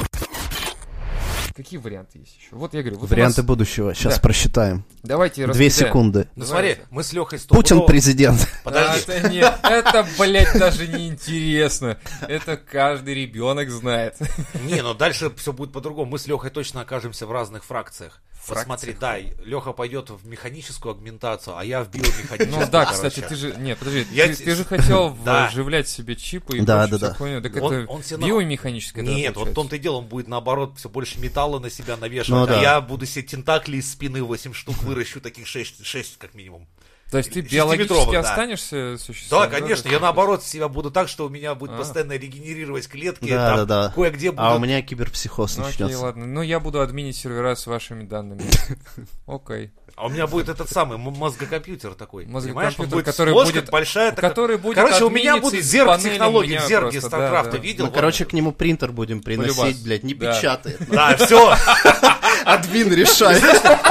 S2: Какие варианты есть еще? Вот я говорю, вот у
S3: Варианты
S2: нас-
S3: будущего. Сейчас
S2: Да.
S3: просчитаем.
S2: Давайте
S3: Две
S2: раскидаем.
S3: секунды.
S1: Ну
S2: Давайте.
S1: смотри, мы с Лехой
S3: Путин президент.
S1: Подожди.
S2: А, это нет, это, блядь, даже не интересно. Это каждый ребенок знает.
S1: Не, но дальше все будет по-другому. Мы с Лехой точно окажемся в разных фракциях. Вот
S2: Фракциях?
S1: смотри, да, Леха пойдет в механическую агментацию, а я в биомеханическую.
S2: Ну да,
S1: короче.
S2: кстати, ты же... Нет, подожди,
S1: Я
S2: ты,
S1: те-
S2: ты же хотел
S1: Да.
S2: вживлять себе чипы и
S3: Да,
S2: прочую
S3: да, да.
S2: всякую хуйню. Так
S1: Он-
S2: это
S1: он себе на-
S2: биомеханическое, да,
S1: Нет, вот в
S2: получается?
S1: том-то и дело, он будет наоборот все больше металла на себя навешивать,
S3: Ну
S1: а
S3: да.
S1: я буду себе тентакли из спины восемь штук выращу, таких шесть, шесть как минимум.
S2: То есть ты
S1: шестиметровых,
S2: биологически
S1: да.
S2: останешься существом?
S1: Да, конечно, я
S2: наоборот.
S1: наоборот себя буду так, что у меня будет
S2: А.
S1: постоянно регенерировать клетки,
S3: Да,
S1: там
S3: да, да.
S1: кое-где будут...
S3: А у меня киберпсихоз
S2: Ну окей,
S3: начнется.
S2: ладно. Ну я буду админить сервера с вашими данными. Окей.
S1: А у меня будет этот самый м- мозгокомпьютер такой, понимаешь? Он
S2: Мозгокомпьютер,
S1: будет
S2: который
S1: сложка
S2: будет-
S1: большая такая.
S2: Который будет
S1: Короче, у меня
S2: админиться
S1: будет
S2: с
S1: зерк
S2: панели
S1: технологий,
S2: меня
S1: зерк из
S2: просто, да,
S1: Старкрафта,
S2: да.
S1: видел?
S3: Ну, короче, к нему принтер будем приносить,
S2: Полюбас.
S3: блядь, не
S2: Да.
S3: печатает.
S1: Да, все.
S3: Админ решает.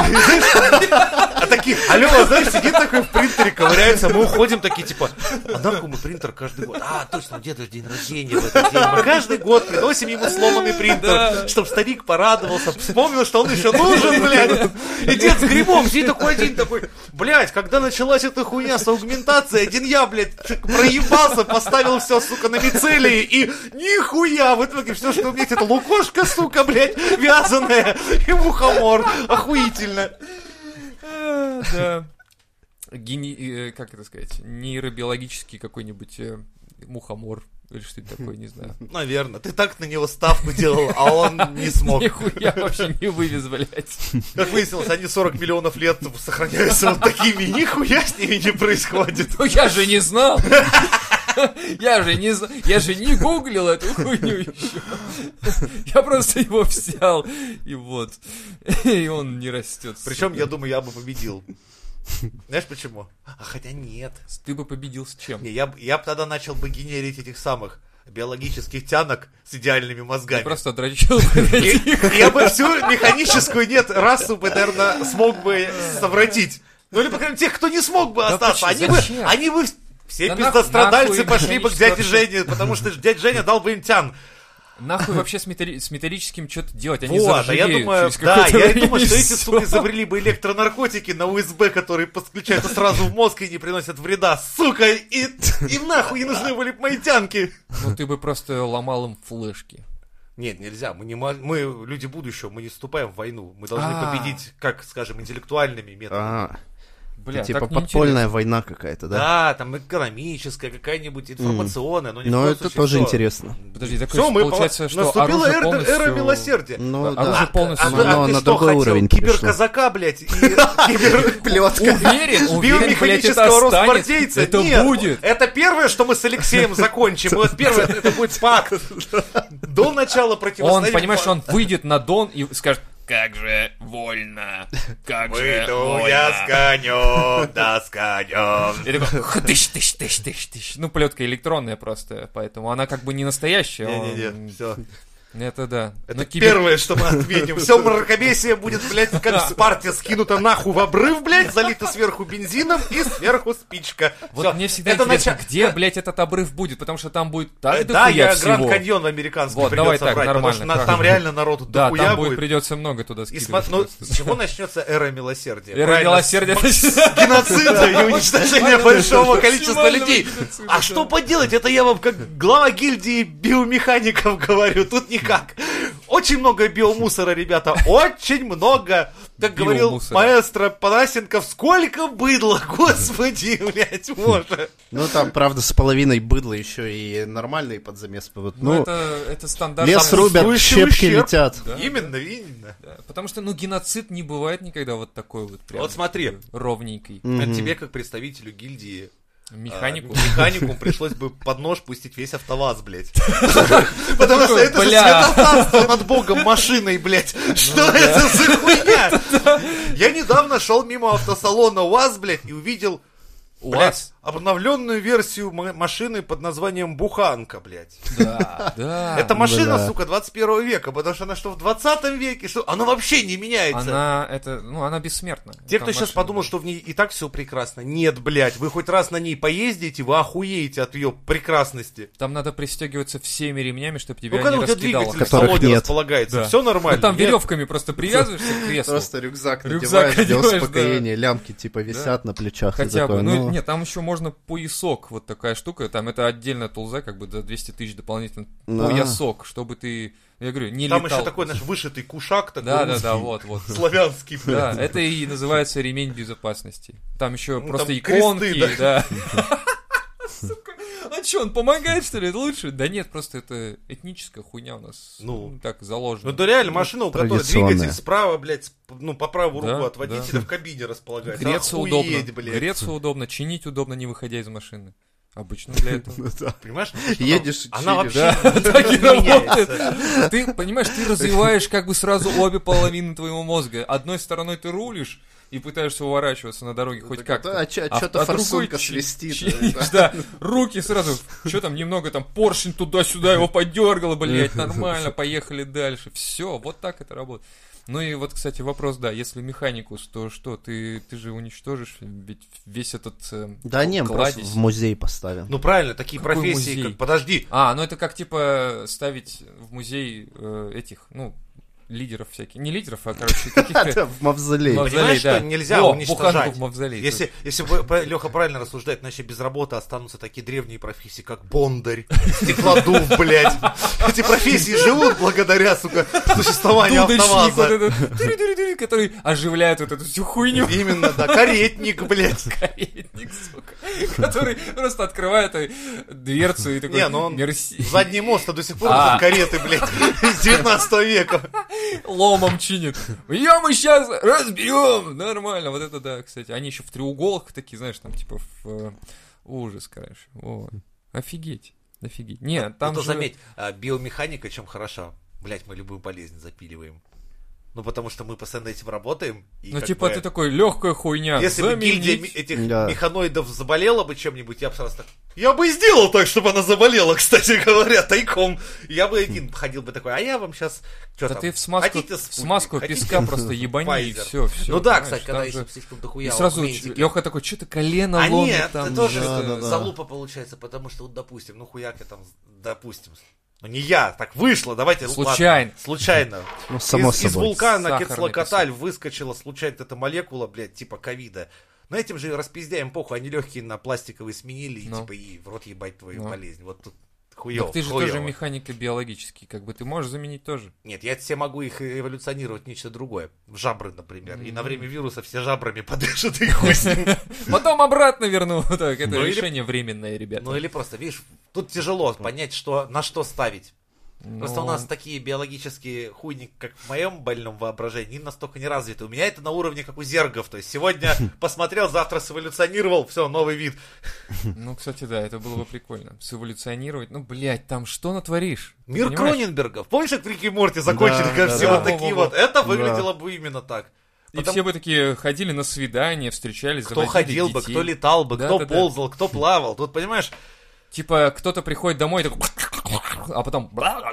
S1: А такие, алло, знаешь, сидит такой в принтере, ковыряется, мы уходим такие, типа, а нахуй мы принтер каждый год? А, точно, у деда же день рождения в этот день. Мы каждый год приносим ему сломанный принтер, чтобы старик порадовался, вспомнил, что он еще нужен, блядь. И дед с грибом сидит такой один, такой, блядь, когда началась эта хуйня с аугментацией, один я, блядь, проебался, поставил все, сука, на мицелии, и нихуя, в итоге все, что у меня есть, это лукошка, сука, блядь, вязаная, и мухомор, охуительно.
S2: А, Да. Гени... э, Как это сказать? Нейробиологический какой-нибудь э, мухомор. Или что-то такое, не знаю.
S1: Наверное. Ты так на него ставку делал, а он не смог.
S2: Нихуя вообще не вывез, блядь.
S1: Как выяснилось, они сорок миллионов лет сохраняются вот такими. Нихуя с ними не происходит.
S2: Ну я же не знал. Я же не знал. Я же не гуглил эту хуйню еще. Я просто его взял. И вот. И он не растет.
S1: Причем, я думаю, я бы победил. Знаешь почему? А хотя нет.
S2: Ты бы победил с чем?
S1: Не, я, б- я бы тогда начал бы генерить этих самых биологических тянок с идеальными мозгами.
S2: Ты просто дрочил бы на
S1: И-
S2: них.
S1: я бы всю механическую, нет, расу бы, наверное, смог бы совратить. Ну, или, по крайней мере, тех, кто не смог бы
S2: Да
S1: остаться.
S2: почему?
S1: Они бы,
S2: Зачем?
S1: они бы все
S2: Да
S1: пиздострадальцы
S2: нахуй
S1: пошли бы к
S2: механическую
S1: дяде
S2: вообще.
S1: Жене, потому что дядя Женя дал бы им тян.
S2: Нахуй вообще с, металли- с металлическим что-то делать? Они
S1: Вот, а я
S2: заржавеют
S1: думаю,
S2: через
S1: да,
S2: какое-то
S1: я
S2: время,
S1: думаю, что
S2: и
S1: эти
S2: всё.
S1: суки изобрели бы электронаркотики на ю эс би, которые подключаются сразу в мозг и не приносят вреда, сука, и им нахуй не нужны были бы мои тянки.
S2: Ну ты бы просто ломал им флешки.
S1: Нет, нельзя, мы не мо- мы люди будущего, мы не вступаем в войну, мы должны
S2: А.
S1: победить, как, скажем, интеллектуальными методами.
S3: А,
S2: Бля,
S3: типа
S2: так
S3: подпольная
S2: неинтересно.
S3: война какая-то, да?
S1: Да, там экономическая, какая-нибудь информационная, но не в
S3: Но
S1: коем
S3: это
S1: случае
S3: тоже
S1: всё.
S3: интересно.
S2: Подожди, так
S1: Все, мы
S2: получается,
S1: по-
S2: что
S1: наступила
S2: оружие
S1: эра,
S2: полностью...
S1: эра милосердия.
S3: Ну,
S2: А-
S3: да.
S2: оружие полностью-
S1: А,
S3: Ну,
S1: ты- а
S3: но
S1: ты
S3: на
S1: что
S3: другой
S1: хотел?
S3: уровень перешло.
S1: Киберказака, блядь, и кибер-
S2: Уверен,
S1: кибер-
S2: уверен, блядь, это
S1: биомеханического
S2: останется.
S1: росгвардейца?
S2: Это
S1: Нет,
S2: будет.
S1: это первое, что мы с Алексеем закончим. Вот первое, это будет пакт. До начала
S2: Он,
S1: противостояния.
S2: понимаешь, он выйдет на Дон и скажет, как же вольно, как же
S1: Выйду я с конем, да с конем.
S2: И такой, тыщ, тыщ, тыщ, тыщ, тыщ. Ну, плетка электронная просто, поэтому она как бы не настоящая.
S1: Не-не-не,
S2: он-
S1: все.
S2: Это да.
S1: Это
S2: Но кибер-
S1: первое, что мы отметим. Все мракобесие будет, блядь, как в Спарте, скинуто нахуй в обрыв, блядь, залито сверху бензином и сверху спичка.
S2: Вот
S1: Всё.
S2: мне всегда
S1: Это
S2: интересно,
S1: нача-
S2: где, блядь, этот обрыв будет, потому что там будет так
S1: Да,
S2: дохуя
S1: я
S2: всего.
S1: Гранд Каньон американский
S2: Вот, давай
S1: придется
S2: так,
S1: брать, потому
S2: нормально,
S1: что на-
S2: как
S1: там
S2: же.
S1: реально народу
S2: Да,
S1: дохуя
S2: там будет,
S1: будет.
S2: придется много туда
S1: И
S2: скидывать.
S1: смо- ну,
S2: просто.
S1: с чего начнется эра милосердия?
S2: Эра
S1: Правильно,
S2: милосердия.
S1: с геноцида и уничтожения большого количества
S2: Максимального
S1: людей.
S2: геноцида,
S1: А
S2: да.
S1: что поделать? Это я вам как глава гильдии биомехаников говорю. Тут никак. Очень много биомусора, ребята. Очень много. Как говорил
S2: Биомусора.
S1: маэстро Панасенков, сколько быдла, господи, блядь, боже.
S3: Ну, там, правда, с половиной быдла еще и нормальный подзамес. Вот,
S2: Ну,
S3: Ну,
S2: это, это стандарт.
S3: лес
S2: Там
S3: рубят,
S1: сущий
S3: щепки
S1: ущерб.
S3: летят.
S2: Да,
S1: Именно, именно.
S2: да. Потому что, ну, геноцид не бывает никогда вот такой вот прям.
S1: Вот смотри.
S2: Ровненький.
S3: Мгм.
S1: Тебе, как представителю гильдии,
S2: Механику.
S1: А, механикум пришлось бы под нож пустить весь АвтоВАЗ, блядь. Потому что это же
S2: Бля.
S1: святотатство над богом машиной, блядь. Что это за хуйня? Я недавно шел мимо автосалона УАЗ, блядь, и увидел, блядь,
S2: УАЗ?
S1: обновленную версию м- машины под названием Буханка, блядь.
S2: Да, да.
S1: Это машина,
S3: да.
S1: сука, двадцать первого века, потому что она что в двадцатом веке, что она вообще не меняется.
S2: Она, это, ну, она бессмертна.
S1: Те,
S2: Там
S1: кто сейчас
S2: машина,
S1: подумал,
S2: да.
S1: что в ней и так все прекрасно. Нет, блядь, вы хоть раз на ней поездите, вы охуеете от ее прекрасности.
S2: Там надо пристегиваться всеми ремнями, чтобы тебя
S1: Ну, когда
S2: не
S1: у тебя
S2: раскидало.
S1: двигатель в
S3: Которых
S1: салоне
S3: нет.
S1: располагается,
S2: Да.
S1: все нормально.
S2: Ну, там
S1: Нет.
S2: веревками просто привязываешься к креслу.
S3: Просто рюкзак
S2: Рюкзак
S3: надеваешь для
S2: одеваешь,
S3: успокоения, лямки типа висят на плечах и
S2: Хотя бы.
S3: такое.
S2: Ну,
S3: ну,
S2: нет, там еще можно поясок, вот такая штука. Там это отдельная тулза, как бы за двести тысяч дополнительно.
S3: Да.
S2: Поясок, чтобы ты, я говорю, не
S1: Там
S2: летал.
S1: еще такой наш вышитый кушак, такой
S2: Да, да,
S1: русский,
S2: да, вот, вот.
S1: славянский,
S2: Да,
S1: блядь.
S2: это и называется ремень безопасности. Там еще
S1: Ну,
S2: просто
S1: там
S2: иконки,
S1: кресты,
S2: да. Сука, а что, он помогает, что ли? Это лучше? Да нет, просто это этническая хуйня у нас.
S1: Ну.
S2: Ну, так, заложена.
S1: Ну, это реально машина, у которой
S3: Традиционная.
S1: двигатель справа, блядь, сп- ну, по правую
S2: Да,
S1: руку от водителя
S2: да.
S1: в кабине располагается.
S2: Греться
S1: Охуеть,
S2: удобно.
S1: блядь.
S2: Греться удобно, чинить удобно, не выходя из машины. Обычно для этого.
S1: Понимаешь? Ну, что
S3: Едешь и
S1: она, она
S3: чинишь.
S1: вообще
S2: Да, так и
S1: не меняется.
S2: работает. Ты, понимаешь, ты развиваешь как бы сразу обе половины твоего мозга. Одной стороной ты рулишь и пытаешься уворачиваться на дороге хоть как-то.
S3: Да, а чё-
S2: А
S3: чё-то
S2: а другой
S3: форсунка
S2: чи-
S3: свистит.
S2: чинишь, да, руки сразу, что там, немного там поршень туда-сюда его подергало, блядь, нормально, поехали дальше. Все, вот так это работает. Ну и вот, кстати, вопрос, да, если механикус, то что, ты, ты же уничтожишь ведь весь этот э,
S3: Да не, мы просто
S2: кладезь.
S3: в музей поставим.
S1: Ну, правильно, такие
S2: Какой
S1: профессии,
S2: музей?
S1: как... Подожди,
S2: А, ну это как, типа, ставить в музей э, этих, ну, лидеров всяких. Не лидеров, а, короче, каких-то...
S3: Да, в мавзолей.
S2: Мавзолей,
S1: Понимаешь,
S2: да.
S1: что нельзя
S2: Во,
S1: уничтожать.
S2: буханку в мавзолей.
S1: Если, если Леха правильно рассуждает, значит, без работы останутся такие древние профессии, как бондарь, стеклодув, блядь. Эти профессии живут благодаря, сука, существованию
S2: Дудочник вот
S1: АвтоВАЗа.
S2: этот, тыры-тыры-тыры, который оживляет вот эту всю хуйню.
S1: Именно, да, каретник, блядь.
S2: Каретник, сука. Который просто открывает э, дверцу и такой,
S1: Не, ну он
S2: мерси.
S1: задний мост до сих пор
S2: А.
S1: идут кареты, блядь, из девятнадцатого века.
S2: Ломом чинит. Я мы сейчас разберем. Нормально, вот это да, кстати. Они еще в треуголках такие, знаешь, там типа в э, ужас, короче. О, офигеть, офигеть. Нет, там
S1: Зато
S2: же...
S1: заметь, а, биомеханика чем хороша? Блядь, мы любую болезнь запиливаем. Ну, потому что мы постоянно этим работаем. И
S2: Ну,
S1: как
S2: типа,
S1: бы,
S2: ты такой, легкая хуйня.
S1: если бы
S2: заменить.
S1: гильдия ми- этих
S3: Да.
S1: механоидов заболела бы чем-нибудь, я бы сразу так... Я бы и сделал так, чтобы она заболела, кстати говоря, тайком. Я бы один ходил бы такой, а я вам сейчас...
S2: Да ты в смазку,
S1: Хотите
S2: в
S1: спутник?
S2: смазку
S1: Хотите
S2: песка просто ебани и
S1: Pfizer?
S2: все, все.
S1: Ну да, кстати, когда если слишком дохуя
S2: И сразу
S1: аугментики.
S2: Леха такой, что-то колено
S1: А
S2: ломит
S1: нет,
S2: там.
S1: это тоже
S2: да,
S3: да, да.
S1: залупа получается, потому что, вот, допустим, ну хуяк я там, допустим, ну не я, так вышло, давайте... ладно,
S2: Случайно.
S1: случайно.
S3: Ну, само
S1: из, из
S3: собой.
S1: вулкана
S2: Сахарный
S1: Кецлокоатль выскочила случайно эта молекула, блядь, типа ковида. Но этим же распиздяем похуй, они легкие на пластиковые сменили, и
S2: Ну.
S1: типа и в рот ебать твою
S2: Ну.
S1: болезнь. Вот тут Хуёв,
S2: Так ты же
S1: хуёво.
S2: тоже механико-биологический, как бы ты можешь заменить тоже.
S1: Нет, я все могу их эволюционировать в нечто другое. В жабры, например. И на время вируса все жабрами подышат и хуй с ним.
S2: Потом обратно верну. Так, это
S1: Ну или-
S2: решение временное, ребята.
S1: Ну или просто, видишь, тут тяжело понять, что, на что ставить. Просто у
S2: Ну,
S1: нас такие биологические хуйни, как в моем больном воображении, они настолько не развиты. У меня это на уровне, как у зергов. То есть сегодня посмотрел, завтра сэволюционировал, все, новый вид.
S2: Ну, кстати, да, это было бы прикольно. Сэволюционировать. Ну, блядь, там что натворишь? Ты
S1: Мир
S2: понимаешь?
S1: Кроненбергов. Помнишь, как в Рике и Морти закончили,
S3: Да,
S1: как
S3: да,
S1: все
S3: да.
S1: вот такие
S2: Во-во-во.
S1: вот? Это
S3: Да.
S1: выглядело бы именно так.
S2: И
S1: Потому-
S2: все бы такие ходили на свидания, встречались,
S1: Кто
S2: заводили
S1: ходил бы,
S2: детей.
S1: кто летал бы,
S2: Да,
S1: кто
S2: да, да.
S1: ползал, кто плавал. Тут, понимаешь,
S2: Типа, кто-то приходит домой и такой... А потом...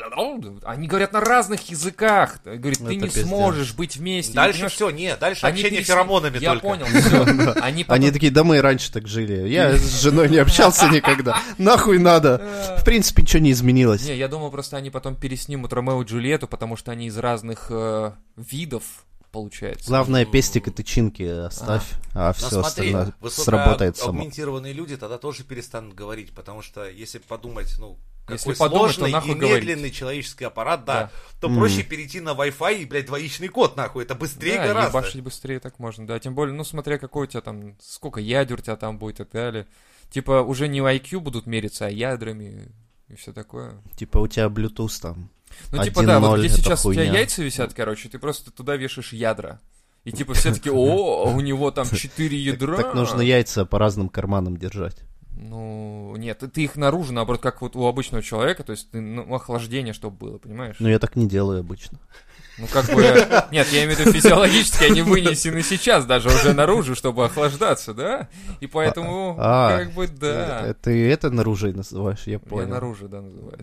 S2: Они говорят на разных языках. Говорит, ты
S3: Это
S2: не
S3: пиздец.
S2: сможешь быть вместе.
S1: дальше
S2: Понимаешь,
S1: все, не, дальше
S2: они
S1: общение
S2: перес-
S1: феромонами
S2: Я
S1: только.
S2: понял, все. Они потом...
S3: Они такие, да мы и раньше так жили. Я с женой не общался никогда. Нахуй надо. В принципе, ничего не изменилось.
S2: Не, я думал, просто они потом переснимут Ромео и Джульетту, потому что они из разных э, видов, получается.
S3: Главное, пестик и тычинки оставь, а
S1: Но
S3: все
S1: смотри,
S3: остальное сработает само.
S1: высокоагментированные люди тогда тоже перестанут говорить, потому что если подумать, ну,
S2: Если
S1: какой
S2: подумать,
S1: сложный
S2: то нахуй
S1: и медленный
S2: говорить.
S1: человеческий аппарат, да,
S2: Да.
S1: то
S3: Мгм.
S1: проще перейти на Wi-Fi и, блядь, двоичный код, нахуй, это быстрее
S2: Да,
S1: гораздо.
S2: ебашить быстрее так можно, да. Тем более, ну, смотря какой у тебя там, сколько ядер у тебя там будет и так далее. Типа, уже не ай кью будут мериться, а ядрами и все такое.
S3: Типа у тебя Bluetooth там.
S2: Ну, типа,
S3: один
S2: да, вот
S3: ноль,
S2: где
S3: это
S2: сейчас у тебя
S3: хуйня.
S2: яйца висят, короче, ты просто туда вешаешь ядра. И типа все таки о, у него там четыре ядра.
S3: Так нужно яйца по разным карманам держать.
S2: Ну, нет, ты их наружу, наоборот, как вот у обычного человека, то есть ты, ну, охлаждение, чтобы было, понимаешь?
S3: Но я так не делаю обычно.
S2: Ну, как бы, нет, я имею в виду физиологически, они вынесены сейчас даже уже наружу, чтобы охлаждаться, да? И поэтому,
S3: А,
S2: как бы, да.
S3: Ты, ты это наружу называешь, я
S2: Я
S3: понял.
S2: наружу, да, называют.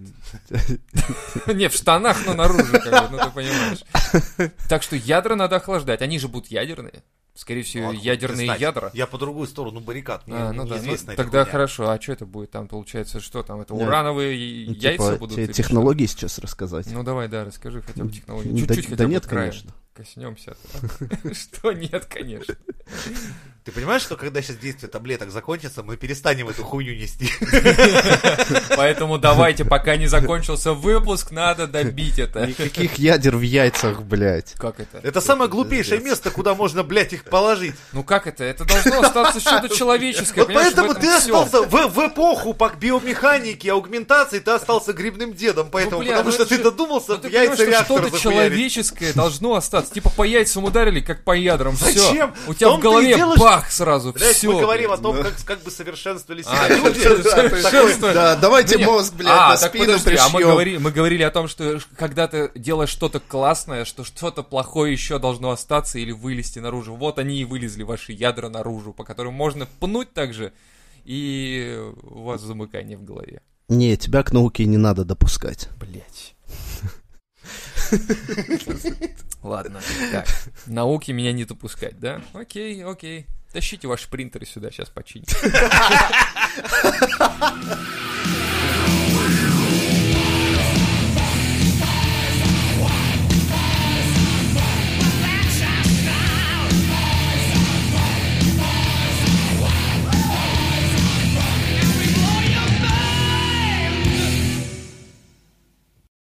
S2: Не, в штанах, но наружу, как бы, ну ты понимаешь. Так что ядра надо охлаждать, они же будут ядерные. Скорее всего,
S1: Ну, откуда
S2: ядерные
S1: знать?
S2: ядра.
S1: Я по другую сторону баррикад, мне
S2: А, ну да, ну,
S1: неизвестно эта
S2: тогда
S1: хуйня.
S2: хорошо, а что это будет? Там получается, что там, это
S3: Нет,
S2: урановые
S3: Ну,
S2: яйца
S3: типа,
S2: будут?
S3: тебе
S2: или что?
S3: технологии сейчас рассказать?
S2: Ну давай, да, расскажи хотя бы технологии.
S3: Да-
S2: Чуть-чуть хотя
S3: да
S2: бы
S3: нет,
S2: краем
S3: конечно.
S2: коснемся. Что нет, конечно.
S1: Ты понимаешь, что когда сейчас действие таблеток закончится, мы перестанем эту хуйню нести?
S2: Поэтому давайте, пока не закончился выпуск, надо добить это.
S3: Никаких ядер в яйцах, блядь.
S2: Как это?
S1: Это самое глупейшее
S3: пиздец.
S1: место, куда можно, блядь, их положить.
S2: Ну как это? Это должно остаться что-то человеческое,
S1: Вот
S2: понимаешь, в
S1: поэтому
S2: этом
S1: ты
S2: всём.
S1: остался в, в эпоху по биомеханике, аугментации, ты остался грибным дедом, поэтому,
S2: Ну, бля,
S1: потому
S2: ну
S1: что
S2: это
S1: ты
S2: же-
S1: додумался
S2: Ну,
S1: в
S2: ты
S1: яйца
S2: понимаешь, что
S1: реактор
S2: что-то
S1: захуярить.
S2: человеческое должно остаться. Типа по яйцам ударили, как по ядрам. Все.
S1: Зачем?
S2: У тебя
S1: В
S2: в
S1: том-то и
S2: голове
S1: дело,
S2: бах сразу.
S1: Блядь,
S2: Все.
S1: мы говорим о том, как, как бы совершенствовали себя
S2: А,
S1: люди.
S2: совершенствовали.
S3: Да, давайте
S2: Ну, нет.
S3: мозг, блядь,
S2: а,
S3: на
S2: так
S3: спину
S2: подожди, а мы
S3: пришьем.
S2: говорили, мы говорили о том, что когда ты делаешь что-то классное, что что-то плохое еще должно остаться или вылезти наружу. Вот они и вылезли, ваши ядра наружу, по которым можно пнуть также, и у вас замыкание в голове.
S3: Не, тебя к науке не надо допускать.
S2: Блять. Ладно, так, науки меня не допускать, да? Окей, окей. Тащите ваши принтеры сюда, сейчас почините.